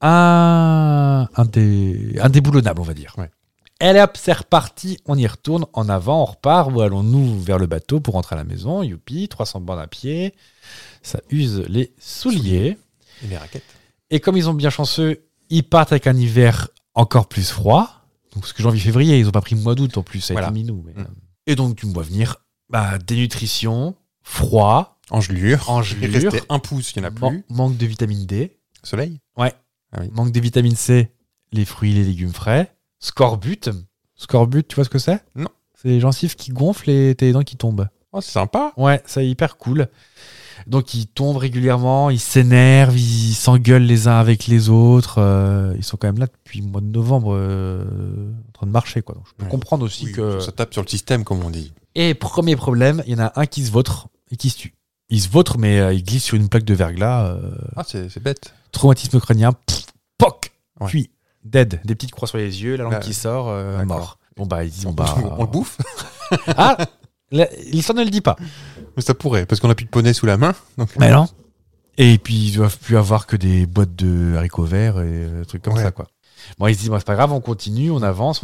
Speaker 2: indéboulonnable, on va dire.
Speaker 3: Ouais.
Speaker 2: Allez hop, c'est reparti, on y retourne, en avant, on repart. Où allons-nous vers le bateau pour rentrer à la maison? Youpi, 300 bornes à pied. Ça use les souliers.
Speaker 3: Et les raquettes.
Speaker 2: Et comme ils ont bien chanceux, ils partent avec un hiver encore plus froid. Donc, parce que janvier-février, ils n'ont pas pris le mois d'août en plus, ça a
Speaker 3: Voilà.
Speaker 2: été minou. Mais,
Speaker 3: Mm.
Speaker 2: Et donc, tu me vois venir, dénutrition, froid,
Speaker 3: Engelure.
Speaker 2: engelure,
Speaker 3: Il restait un pouce, il n'y en a plus.
Speaker 2: manque de vitamine D,
Speaker 3: Soleil.
Speaker 2: manque de vitamine C, les fruits et les légumes frais, scorbut. Scorbut, tu vois ce que c'est?
Speaker 3: Non.
Speaker 2: C'est les gencives qui gonflent et tes dents qui tombent.
Speaker 3: Oh, c'est sympa.
Speaker 2: Ouais, c'est hyper cool. Donc ils tombent régulièrement, ils s'énervent, ils s'engueulent les uns avec les autres. Ils sont quand même là depuis le mois de novembre en train de marcher, quoi. Donc je peux
Speaker 3: Ouais.
Speaker 2: comprendre aussi
Speaker 3: Oui,
Speaker 2: que...
Speaker 3: ça tape sur le système, comme on dit.
Speaker 2: Et premier problème, il y en a un qui se vautre et qui se tue. Il se vautre, mais il glisse sur une plaque de verglas.
Speaker 3: Ah, c'est bête.
Speaker 2: Traumatisme crânien, poc,
Speaker 3: Ouais.
Speaker 2: puis dead. Des petites croix sur les yeux, la langue
Speaker 3: Là,
Speaker 2: qui sort,
Speaker 3: d'accord.
Speaker 2: mort. Bon ils disent,
Speaker 3: On le bouffe.
Speaker 2: Ah, l'histoire ne le dit pas.
Speaker 3: Mais ça pourrait, parce qu'on n'a plus de poney sous la main. Donc...
Speaker 2: Mais non. Et puis ils doivent plus avoir que des boîtes de haricots verts et trucs comme
Speaker 3: Ouais.
Speaker 2: ça, quoi. Bon, ils se disent, c'est pas grave, on continue, on avance,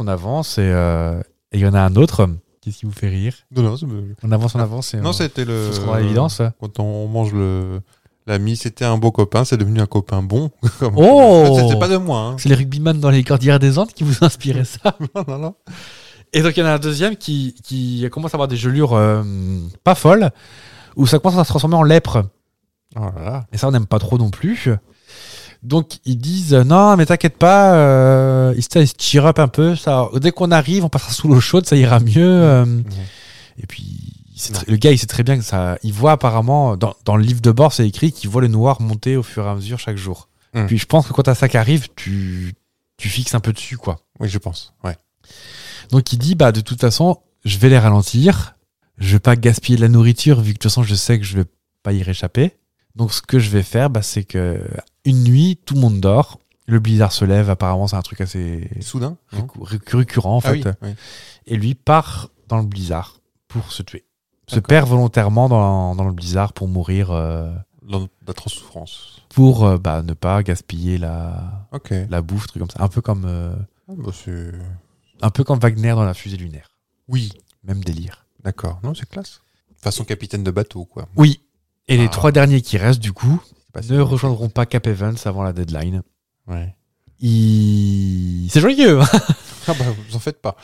Speaker 2: et il y en a un autre. Qu'est-ce qui vous fait rire?
Speaker 3: Non,
Speaker 2: On avance, et
Speaker 3: non,
Speaker 2: on
Speaker 3: c'était le.
Speaker 2: faut se rendre à l'évidence.
Speaker 3: Quand on mange l'ami, c'était un beau copain, c'est devenu un copain bon. Comme-
Speaker 2: Oh
Speaker 3: C'était pas de moi. Hein.
Speaker 2: C'est les rugbyman dans les Cordillères des Andes qui vous inspiraient ça.
Speaker 3: non.
Speaker 2: Et donc il y en a un deuxième qui commence à avoir des gelures pas folles, où ça commence à se transformer en lèpre.
Speaker 3: Oh là là.
Speaker 2: Et ça, on n'aime pas trop non plus. Donc ils disent, non, mais t'inquiète pas, ils se cheer up un peu. Ça, dès qu'on arrive, on passera sous l'eau chaude, ça ira mieux. Et puis, le gars, il sait très bien que ça. Il voit apparemment, dans le livre de bord, c'est écrit qu'il voit le noir monter au fur et à mesure chaque jour.
Speaker 3: Mm.
Speaker 2: Puis je pense que quand t'as ça qui arrive, tu fixes un peu dessus, quoi.
Speaker 3: Oui, je pense. Ouais.
Speaker 2: Donc il dit, de toute façon, je vais les ralentir. Je vais pas gaspiller de la nourriture, vu que de toute façon, je sais que je vais pas y réchapper. Donc ce que je vais faire, c'est que une nuit, tout le monde dort. Le blizzard se lève. Apparemment, c'est un truc assez
Speaker 3: Soudain. non
Speaker 2: récurrent, en
Speaker 3: Ah
Speaker 2: fait.
Speaker 3: oui.
Speaker 2: Et lui part dans le blizzard pour se tuer. Se
Speaker 3: D'accord.
Speaker 2: perd volontairement dans le blizzard pour mourir,
Speaker 3: Dans d'atroces souffrances.
Speaker 2: pour ne pas gaspiller la
Speaker 3: Ok.
Speaker 2: bouffe, truc comme ça. Un peu comme
Speaker 3: C'est.
Speaker 2: Wagner dans la fusée lunaire.
Speaker 3: Oui.
Speaker 2: Même délire.
Speaker 3: D'accord. Non, c'est classe. Façon capitaine de bateau, quoi.
Speaker 2: Oui. Et les
Speaker 3: Ah.
Speaker 2: 3 derniers qui restent, du coup,
Speaker 3: C'est pas si-
Speaker 2: ne rejoindront pas Cap Evans avant la deadline.
Speaker 3: Ouais.
Speaker 2: C'est joyeux. Hein.
Speaker 3: Ah bah, vous en faites pas.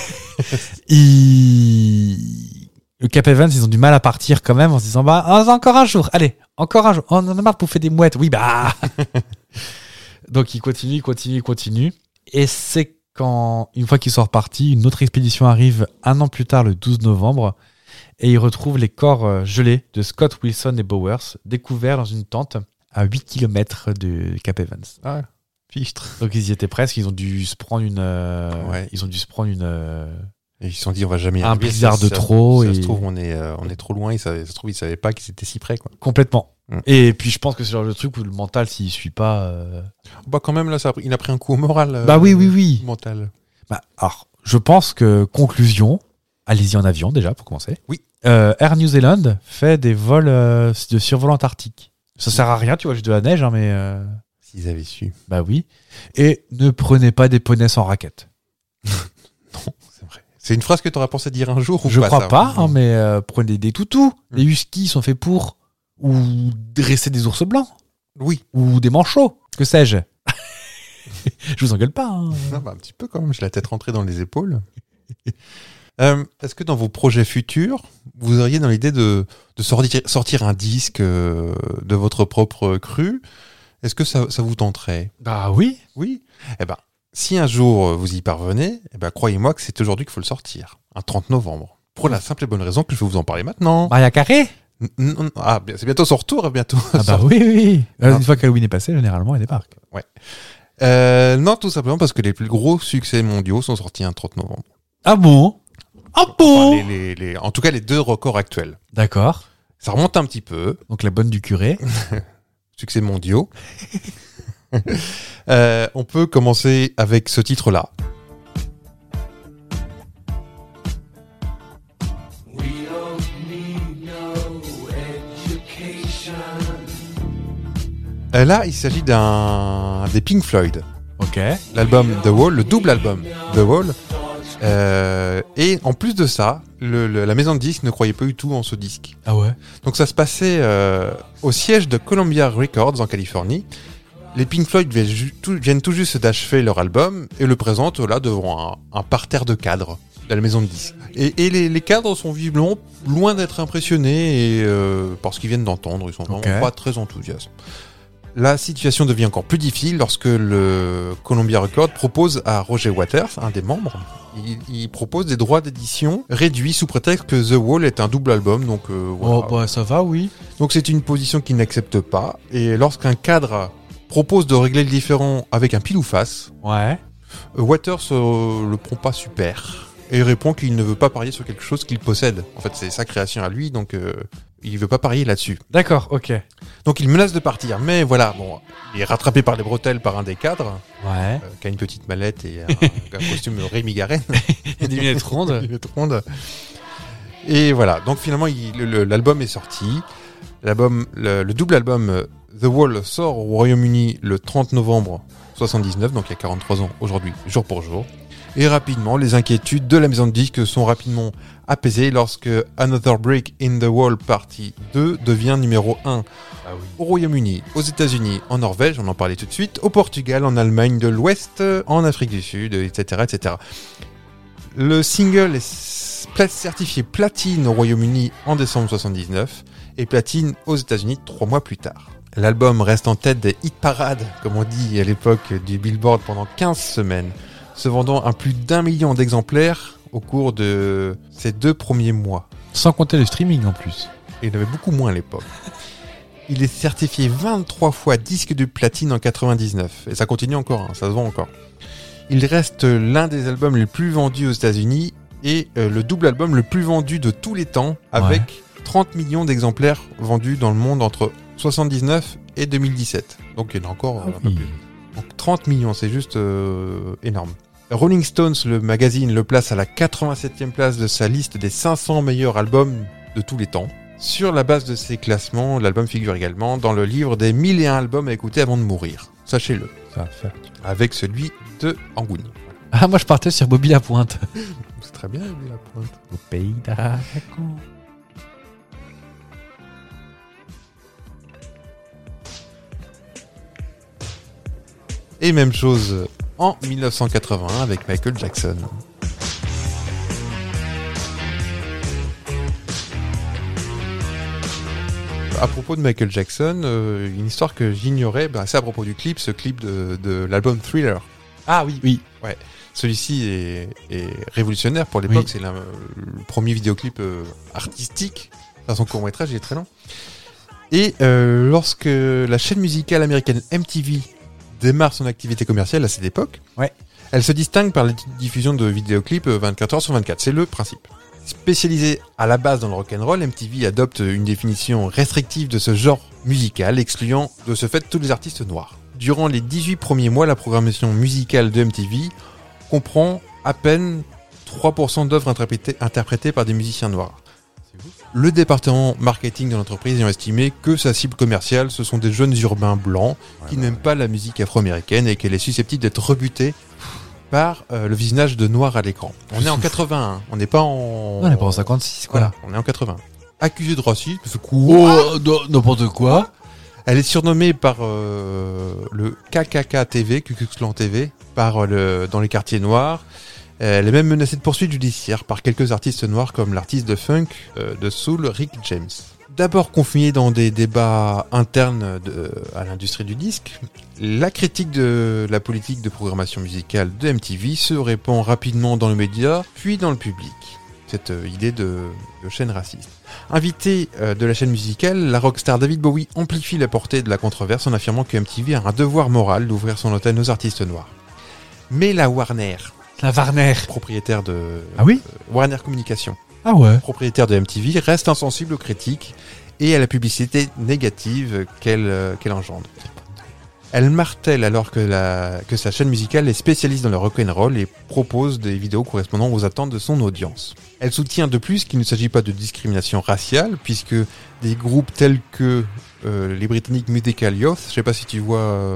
Speaker 2: Le Cap Evans, ils ont du mal à partir quand même en se disant encore un jour, allez, encore un jour. On en a marre de bouffer des mouettes. Oui, bah. Donc ils continuent. Et c'est quand, une fois qu'ils sont repartis, une autre expédition arrive un an plus tard, le 12 novembre, et ils retrouvent les corps gelés de Scott Wilson et Bowers, découverts dans une tente à 8 km de Cap Evans.
Speaker 3: Ah, fichtre.
Speaker 2: Donc ils y étaient presque, ils ont dû se prendre une...
Speaker 3: Ouais.
Speaker 2: Ils ont dû se prendre une...
Speaker 3: Et ils se sont dit, on va jamais y
Speaker 2: Un
Speaker 3: arriver.
Speaker 2: blizzard de trop,
Speaker 3: Ça
Speaker 2: et-
Speaker 3: se trouve, on est trop loin. Ça se trouve, ils savaient pas qu'ils étaient si près, quoi.
Speaker 2: Complètement.
Speaker 3: Mm.
Speaker 2: Et puis je pense que c'est le genre de truc où le mental, s'il suit pas...
Speaker 3: Bah, quand même, là, il a pris un coup au moral.
Speaker 2: Bah oui.
Speaker 3: Mental.
Speaker 2: Bah, alors, je pense que, conclusion, allez-y en avion déjà, pour commencer.
Speaker 3: Oui.
Speaker 2: Air New Zealand fait des vols de survol antarctique. Ça sert à rien, tu vois, juste de la neige, hein, mais...
Speaker 3: S'ils avaient su.
Speaker 2: Bah oui. Et ne prenez pas des poneys sans raquettes.
Speaker 3: C'est vrai. C'est une phrase que tu aurais pensé dire un jour ou
Speaker 2: Je
Speaker 3: pas,
Speaker 2: crois
Speaker 3: ça
Speaker 2: pas, hein, mais prenez des toutous.
Speaker 3: Mm.
Speaker 2: Les huskies sont faits pour... Ou dresser des ours blancs.
Speaker 3: Oui.
Speaker 2: Ou des manchots. Que sais-je. Je vous engueule pas. Hein.
Speaker 3: Non, bah, un petit peu quand même. J'ai la tête rentrée dans les épaules. Est-ce que dans vos projets futurs, vous auriez dans l'idée de sortir un disque de votre propre cru? Est-ce que ça vous tenterait?
Speaker 2: Bah oui.
Speaker 3: Oui. Eh ben, si un jour vous y parvenez, eh ben, croyez-moi que c'est aujourd'hui qu'il faut le sortir, un 30 novembre. Pour la simple et bonne raison que je vais vous en parler maintenant.
Speaker 2: Maria Carré.
Speaker 3: Ah, c'est bientôt son retour, bientôt.
Speaker 2: Ah bah oui. Une fois qu'Halloween est passé, généralement, elle débarque.
Speaker 3: Non, tout simplement parce que les plus gros succès mondiaux sont sortis un 30 novembre.
Speaker 2: Ah bon? Ah bon?
Speaker 3: Enfin, en tout cas, les 2 records actuels.
Speaker 2: D'accord.
Speaker 3: Ça remonte un petit peu.
Speaker 2: Donc la bonne du curé.
Speaker 3: Succès mondiaux. On peut commencer avec ce titre-là. Là, il s'agit des Pink Floyd.
Speaker 2: Ok.
Speaker 3: L'album The Wall, le double album The Wall. Et en plus de ça, la maison de disques ne croyait pas du tout en ce disque.
Speaker 2: Ah ouais.
Speaker 3: Donc ça se passait au siège de Columbia Records en Californie. Les Pink Floyd viennent tout juste d'achever leur album et le présentent là devant un parterre de cadres de la maison de disques. Et les cadres sont visiblement loin d'être impressionnés par ce qu'ils viennent d'entendre. Ils sont vraiment pas très enthousiastes. La situation devient encore plus difficile lorsque le Columbia Records propose à Roger Waters, un des membres, il propose des droits d'édition réduits sous prétexte que The Wall est un double album. Donc, voilà.
Speaker 2: Oh bah ça va, oui.
Speaker 3: Donc c'est une position qu'il n'accepte pas. Et lorsqu'un cadre propose de régler le différend avec un pile ou face,
Speaker 2: Ouais.
Speaker 3: Waters le prend pas super. Et il répond qu'il ne veut pas parier sur quelque chose qu'il possède. En fait, c'est sa création à lui, donc il veut pas parier là-dessus.
Speaker 2: D'accord, ok.
Speaker 3: Donc il menace de partir. Mais voilà, bon, il est rattrapé par les bretelles par un des cadres,
Speaker 2: Ouais.
Speaker 3: qui a une petite mallette et un costume Rémi Garenne.
Speaker 2: Et des lunettes rondes.
Speaker 3: Des lunettes rondes. Et voilà, donc finalement, l'album est sorti. Le double album The Wall sort au Royaume-Uni le 30 novembre 79, donc il y a 43 ans aujourd'hui, jour pour jour. Et rapidement, les inquiétudes de la maison de disques sont rapidement apaisées lorsque Another Brick in the Wall Partie 2 devient numéro 1 au Royaume-Uni, aux États-Unis, en Norvège, on en parlait tout de suite, au Portugal, en Allemagne de l'Ouest, en Afrique du Sud, etc., etc. Le single est certifié platine au Royaume-Uni en décembre 79 et platine aux États-Unis 3 mois plus tard. L'album reste en tête des hit parades, comme on dit à l'époque du Billboard, pendant 15 semaines, se vendant à plus d'1 million d'exemplaires au cours de ces 2 premiers mois.
Speaker 2: Sans compter le streaming en plus.
Speaker 3: Et il y en avait beaucoup moins à l'époque. Il est certifié 23 fois disque de platine en 99. Et ça continue encore, hein, ça se vend encore. Il reste l'un des albums les plus vendus aux États-Unis et le double album le plus vendu de tous les temps, avec 30 millions d'exemplaires vendus dans le monde entre 79 et 2017. Donc il y en a encore un peu plus. Donc 30 millions, c'est juste énorme. Rolling Stones, le magazine, le place à la 87e place de sa liste des 500 meilleurs albums de tous les temps. Sur la base de ces classements, l'album figure également dans le livre des 1001 albums à écouter avant de mourir. Sachez-le.
Speaker 2: Ça va faire.
Speaker 3: Avec celui de Angoune.
Speaker 2: Ah, moi je partais sur Bobby Lapointe.
Speaker 3: C'est très bien, lui, la pointe.
Speaker 2: Au pays d'Aragon.
Speaker 3: Et même chose en 1981 avec Michael Jackson. À propos de Michael Jackson, une histoire que j'ignorais, c'est à propos du clip, ce clip de l'album Thriller.
Speaker 2: Ah oui.
Speaker 3: Celui-ci est révolutionnaire pour l'époque,
Speaker 2: Oui.
Speaker 3: c'est le premier vidéoclip artistique. Enfin, son court-métrage, il est très long. Et lorsque la chaîne musicale américaine MTV démarre son activité commerciale à cette époque, elle se distingue par la diffusion de vidéoclips 24 heures sur 24. C'est le principe. Spécialisée à la base dans le rock'n'roll, MTV adopte une définition restrictive de ce genre musical, excluant de ce fait tous les artistes noirs. Durant les 18 premiers mois, la programmation musicale de MTV comprend à peine 3% d'œuvres interprétées par des musiciens noirs. Le département marketing de l'entreprise ayant estimé que sa cible commerciale, ce sont des jeunes urbains blancs qui n'aiment pas la musique afro-américaine et qu'elle est susceptible d'être rebutée par le visionnage de noirs à l'écran. On est en 81, on n'est pas en...
Speaker 2: On n'est pas en 56, quoi.
Speaker 3: Voilà, on est en 80. Accusée de racisme, c'est quoi ?
Speaker 2: N'importe quoi.
Speaker 3: Elle est surnommée par le KKK TV, Ku Klux Klan TV, dans les quartiers noirs. Elle est même menacée de poursuites judiciaires par quelques artistes noirs comme l'artiste de funk, de soul, Rick James. D'abord confiné dans des débats internes à l'industrie du disque, la critique de la politique de programmation musicale de MTV se répand rapidement dans les médias, puis dans le public. Cette idée de chaîne raciste. Invité de la chaîne musicale, la rockstar David Bowie amplifie la portée de la controverse en affirmant que MTV a un devoir moral d'ouvrir son antenne aux artistes noirs. Mais la Warner, propriétaire de Warner Communication, propriétaire de MTV, reste insensible aux critiques et à la publicité négative qu'elle engendre. Elle martèle alors que sa chaîne musicale est spécialiste dans le rock'n'roll et propose des vidéos correspondant aux attentes de son audience. Elle soutient de plus qu'il ne s'agit pas de discrimination raciale, puisque des groupes tels que les Britanniques Musical Youth, je sais pas si tu vois...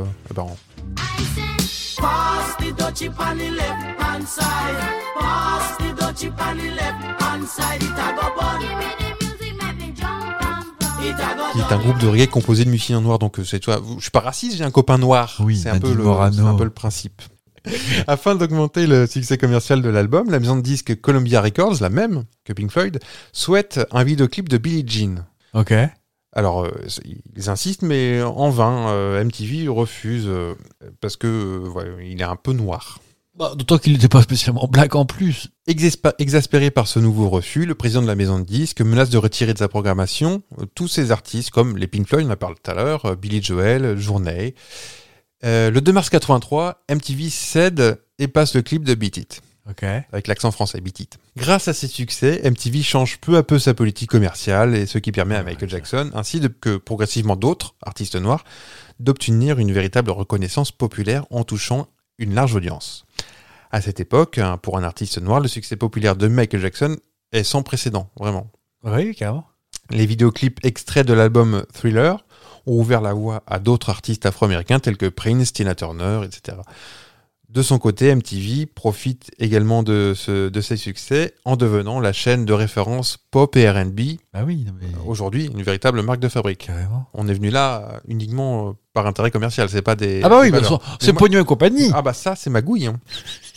Speaker 6: Pass the dutchie on the left hand side. Pass the dutchie on the left hand side. It a go bun.
Speaker 5: Give me the music, make me jump and
Speaker 6: It a go
Speaker 3: qui est un groupe de reggae composé de musiciens noirs. Donc, tu vois, je suis pas raciste, j'ai un copain noir.
Speaker 2: Oui,
Speaker 3: c'est un peu
Speaker 2: Nadine Morano.
Speaker 3: c'est un peu le principe. Afin d'augmenter le succès commercial de l'album, la maison de disques Columbia Records, la même que Pink Floyd, souhaite un vidéoclip de Billie Jean.
Speaker 2: Ok.
Speaker 3: Alors, ils insistent, mais en vain. MTV refuse parce que il est un peu noir.
Speaker 2: D'autant qu'il n'était pas spécialement black en plus.
Speaker 3: Exaspéré par ce nouveau refus, le président de la maison de disques menace de retirer de sa programmation tous ces artistes comme les Pink Floyd, on en a parlé tout à l'heure, Billy Joel, Journey. Le 2 mars 83, MTV cède et passe le clip de Beat It.
Speaker 2: Ok.
Speaker 3: Avec l'accent français, Beat It. Grâce à ces succès, MTV change peu à peu sa politique commerciale, et ce qui permet à Michael Jackson, ainsi que progressivement d'autres artistes noirs, d'obtenir une véritable reconnaissance populaire en touchant une large audience. À cette époque, pour un artiste noir, le succès populaire de Michael Jackson est sans précédent, vraiment.
Speaker 2: Oui, carrément.
Speaker 3: Les vidéoclips extraits de l'album Thriller ont ouvert la voie à d'autres artistes afro-américains tels que Prince, Tina Turner, etc. De son côté, MTV profite également de ses succès en devenant la chaîne de référence pop et R&B.
Speaker 2: Bah oui, non mais...
Speaker 3: Aujourd'hui, une véritable marque de fabrique.
Speaker 2: Carrément.
Speaker 3: On est venu là uniquement par intérêt commercial, c'est pas des...
Speaker 2: Ah bah oui,
Speaker 3: des
Speaker 2: bah,
Speaker 3: valeurs.
Speaker 2: c'est Pognon et compagnie.
Speaker 3: Ah bah ça, c'est magouille. Hein.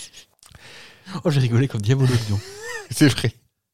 Speaker 2: Oh, j'ai rigolé comme Diabolo, dis donc.
Speaker 3: C'est vrai.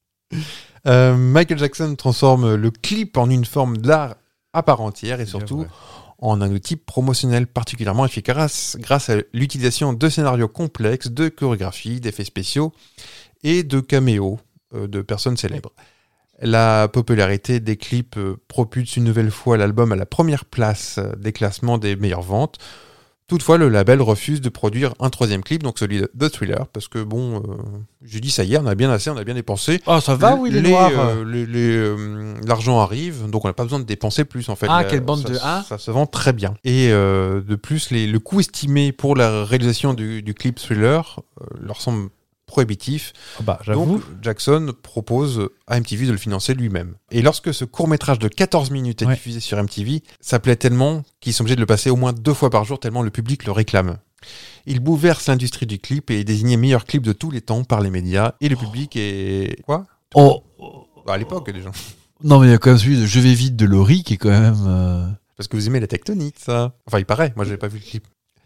Speaker 3: Michael Jackson transforme le clip en une forme d'art à part entière et surtout en un outil promotionnel particulièrement efficace grâce à l'utilisation de scénarios complexes, de chorégraphies, d'effets spéciaux et de caméos de personnes célèbres. La popularité des clips propulse une nouvelle fois l'album à la première place des classements des meilleures ventes. Toutefois, le label refuse de produire un troisième clip, donc celui de The Thriller, parce que bon, j'ai dit ça hier, on a bien assez, on a bien dépensé.
Speaker 2: Oh, ça va, oui, les noirs.
Speaker 3: L'argent arrive, donc on n'a pas besoin de dépenser plus en fait.
Speaker 2: Ah, quelle bande de
Speaker 3: ça se vend très bien. Et de plus, le coût estimé pour la réalisation du clip Thriller leur semble prohibitif.
Speaker 2: Bah, j'avoue.
Speaker 3: Donc Jackson propose à MTV de le financer lui-même. Et lorsque ce court-métrage de 14 minutes est diffusé sur MTV, ça plaît tellement qu'ils sont obligés de le passer au moins 2 fois par jour tellement le public le réclame. Il bouleverse l'industrie du clip et est désigné meilleur clip de tous les temps par les médias. Et le public est... Quoi ? Bah, à l'époque déjà.
Speaker 2: Non mais il y a quand même celui de Je vais vite de Laurie qui est quand même...
Speaker 3: Parce que vous aimez la tectonique, ça. Enfin, il paraît. Moi, j'avais pas vu le clip.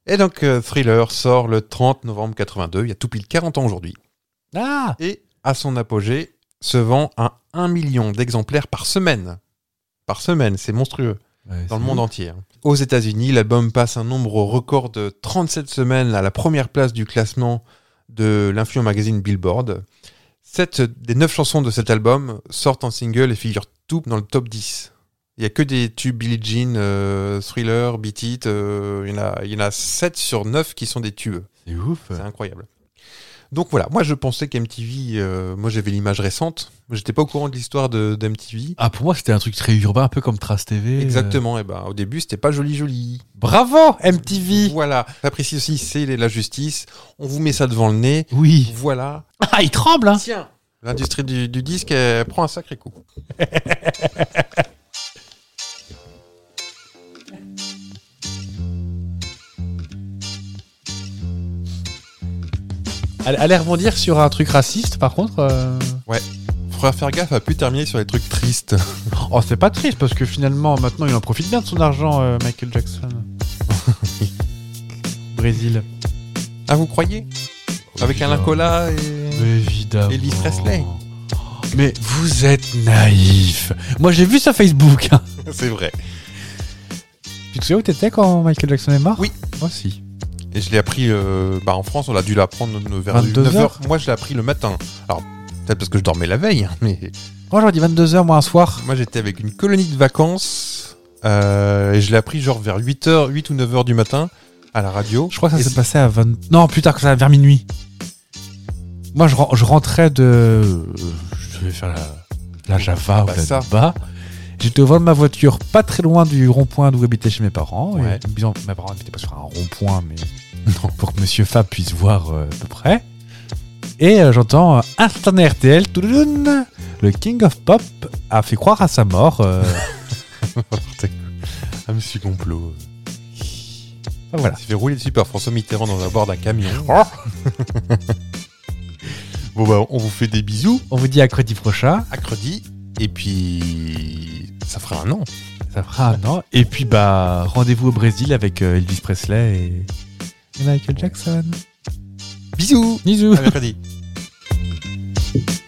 Speaker 3: Et donc, Thriller sort le 30 novembre 82, il y a tout pile 40 ans aujourd'hui.
Speaker 2: Ah
Speaker 3: Et, à son apogée, se vend à 1 million d'exemplaires par semaine. Par semaine, c'est monstrueux. Dans le monde entier. Aux États-Unis, l'album passe un nombre record de 37 semaines à la première place du classement de l'influent magazine Billboard. 7 des 9 chansons de cet album sortent en single et figurent toutes dans le top 10. Il n'y a que des tubes Billie Jean, Thriller, Beat It. Il y en a 7 sur 9 qui sont des tubes.
Speaker 2: C'est ouf.
Speaker 3: C'est incroyable. Donc voilà, moi je pensais qu'MTV, moi j'avais l'image récente, j'étais pas au courant de l'histoire d'MTV.
Speaker 2: Ah, pour moi, c'était un truc très urbain, un peu comme Trace TV.
Speaker 3: Exactement, et ben au début c'était pas joli.
Speaker 2: Bravo, MTV.
Speaker 3: Voilà, j'apprécie aussi, c'est la justice, on vous met ça devant le nez,
Speaker 2: Oui.
Speaker 3: voilà.
Speaker 2: Ah, il tremble, hein.
Speaker 3: Tiens, l'industrie du disque, elle prend un sacré coup.
Speaker 2: Allez rebondir sur un truc raciste, par contre.
Speaker 3: Faudra faire gaffe à plus terminer sur les trucs tristes.
Speaker 2: Oh, c'est pas triste, parce que finalement, maintenant, il en profite bien de son argent, Michael Jackson. Brésil.
Speaker 3: Ah, vous croyez? Avec Alain Colas et
Speaker 2: Évidemment.
Speaker 3: Elvis Presley.
Speaker 2: Mais vous êtes naïf. Moi, j'ai vu sur Facebook. Hein.
Speaker 3: C'est vrai.
Speaker 2: Tu te souviens où t'étais quand Michael Jackson est mort?
Speaker 3: Oui.
Speaker 2: Moi aussi.
Speaker 3: Et je l'ai appris, en France, on a dû l'apprendre vers
Speaker 2: 22
Speaker 3: 9h.
Speaker 2: heures.
Speaker 3: Moi, je l'ai appris le matin. Alors, peut-être parce que je dormais la veille, mais
Speaker 2: Moi, j'aurais dit 22h, moi, un soir.
Speaker 3: moi, j'étais avec une colonie de vacances et je l'ai appris genre vers 8 ou 9h du matin à la radio.
Speaker 2: Je crois que ça
Speaker 3: Et
Speaker 2: s'est
Speaker 3: c'est-
Speaker 2: passé à 20... Non, plus tard que ça, vers minuit. Moi, je rentrais de... Je devais faire la Java
Speaker 3: Bah,
Speaker 2: ou la
Speaker 3: ça.
Speaker 2: Duba. J'étais au volant de ma voiture, pas très loin du rond-point d'où habitaient chez mes parents.
Speaker 3: Ouais.
Speaker 2: Et, mes parents n'habitaient pas sur un rond-point, mais non, pour que Monsieur Fab puisse voir à peu près. Et j'entends instant RTL, toulouloun, le King of Pop a fait croire à sa mort.
Speaker 3: Ah, monsieur complot.
Speaker 2: Enfin, voilà.
Speaker 3: Il s'est fait rouler dessus par François Mitterrand dans la bord d'un camion. Bon, bah, on vous fait des bisous.
Speaker 2: On vous dit à mercredi prochain.
Speaker 3: À mercredi. Et puis, ça fera un an.
Speaker 2: Ça fera un an. Et puis, bah, rendez-vous au Brésil avec Elvis Presley et Michael Jackson.
Speaker 3: Bisous.
Speaker 2: Bisous.
Speaker 3: À mercredi.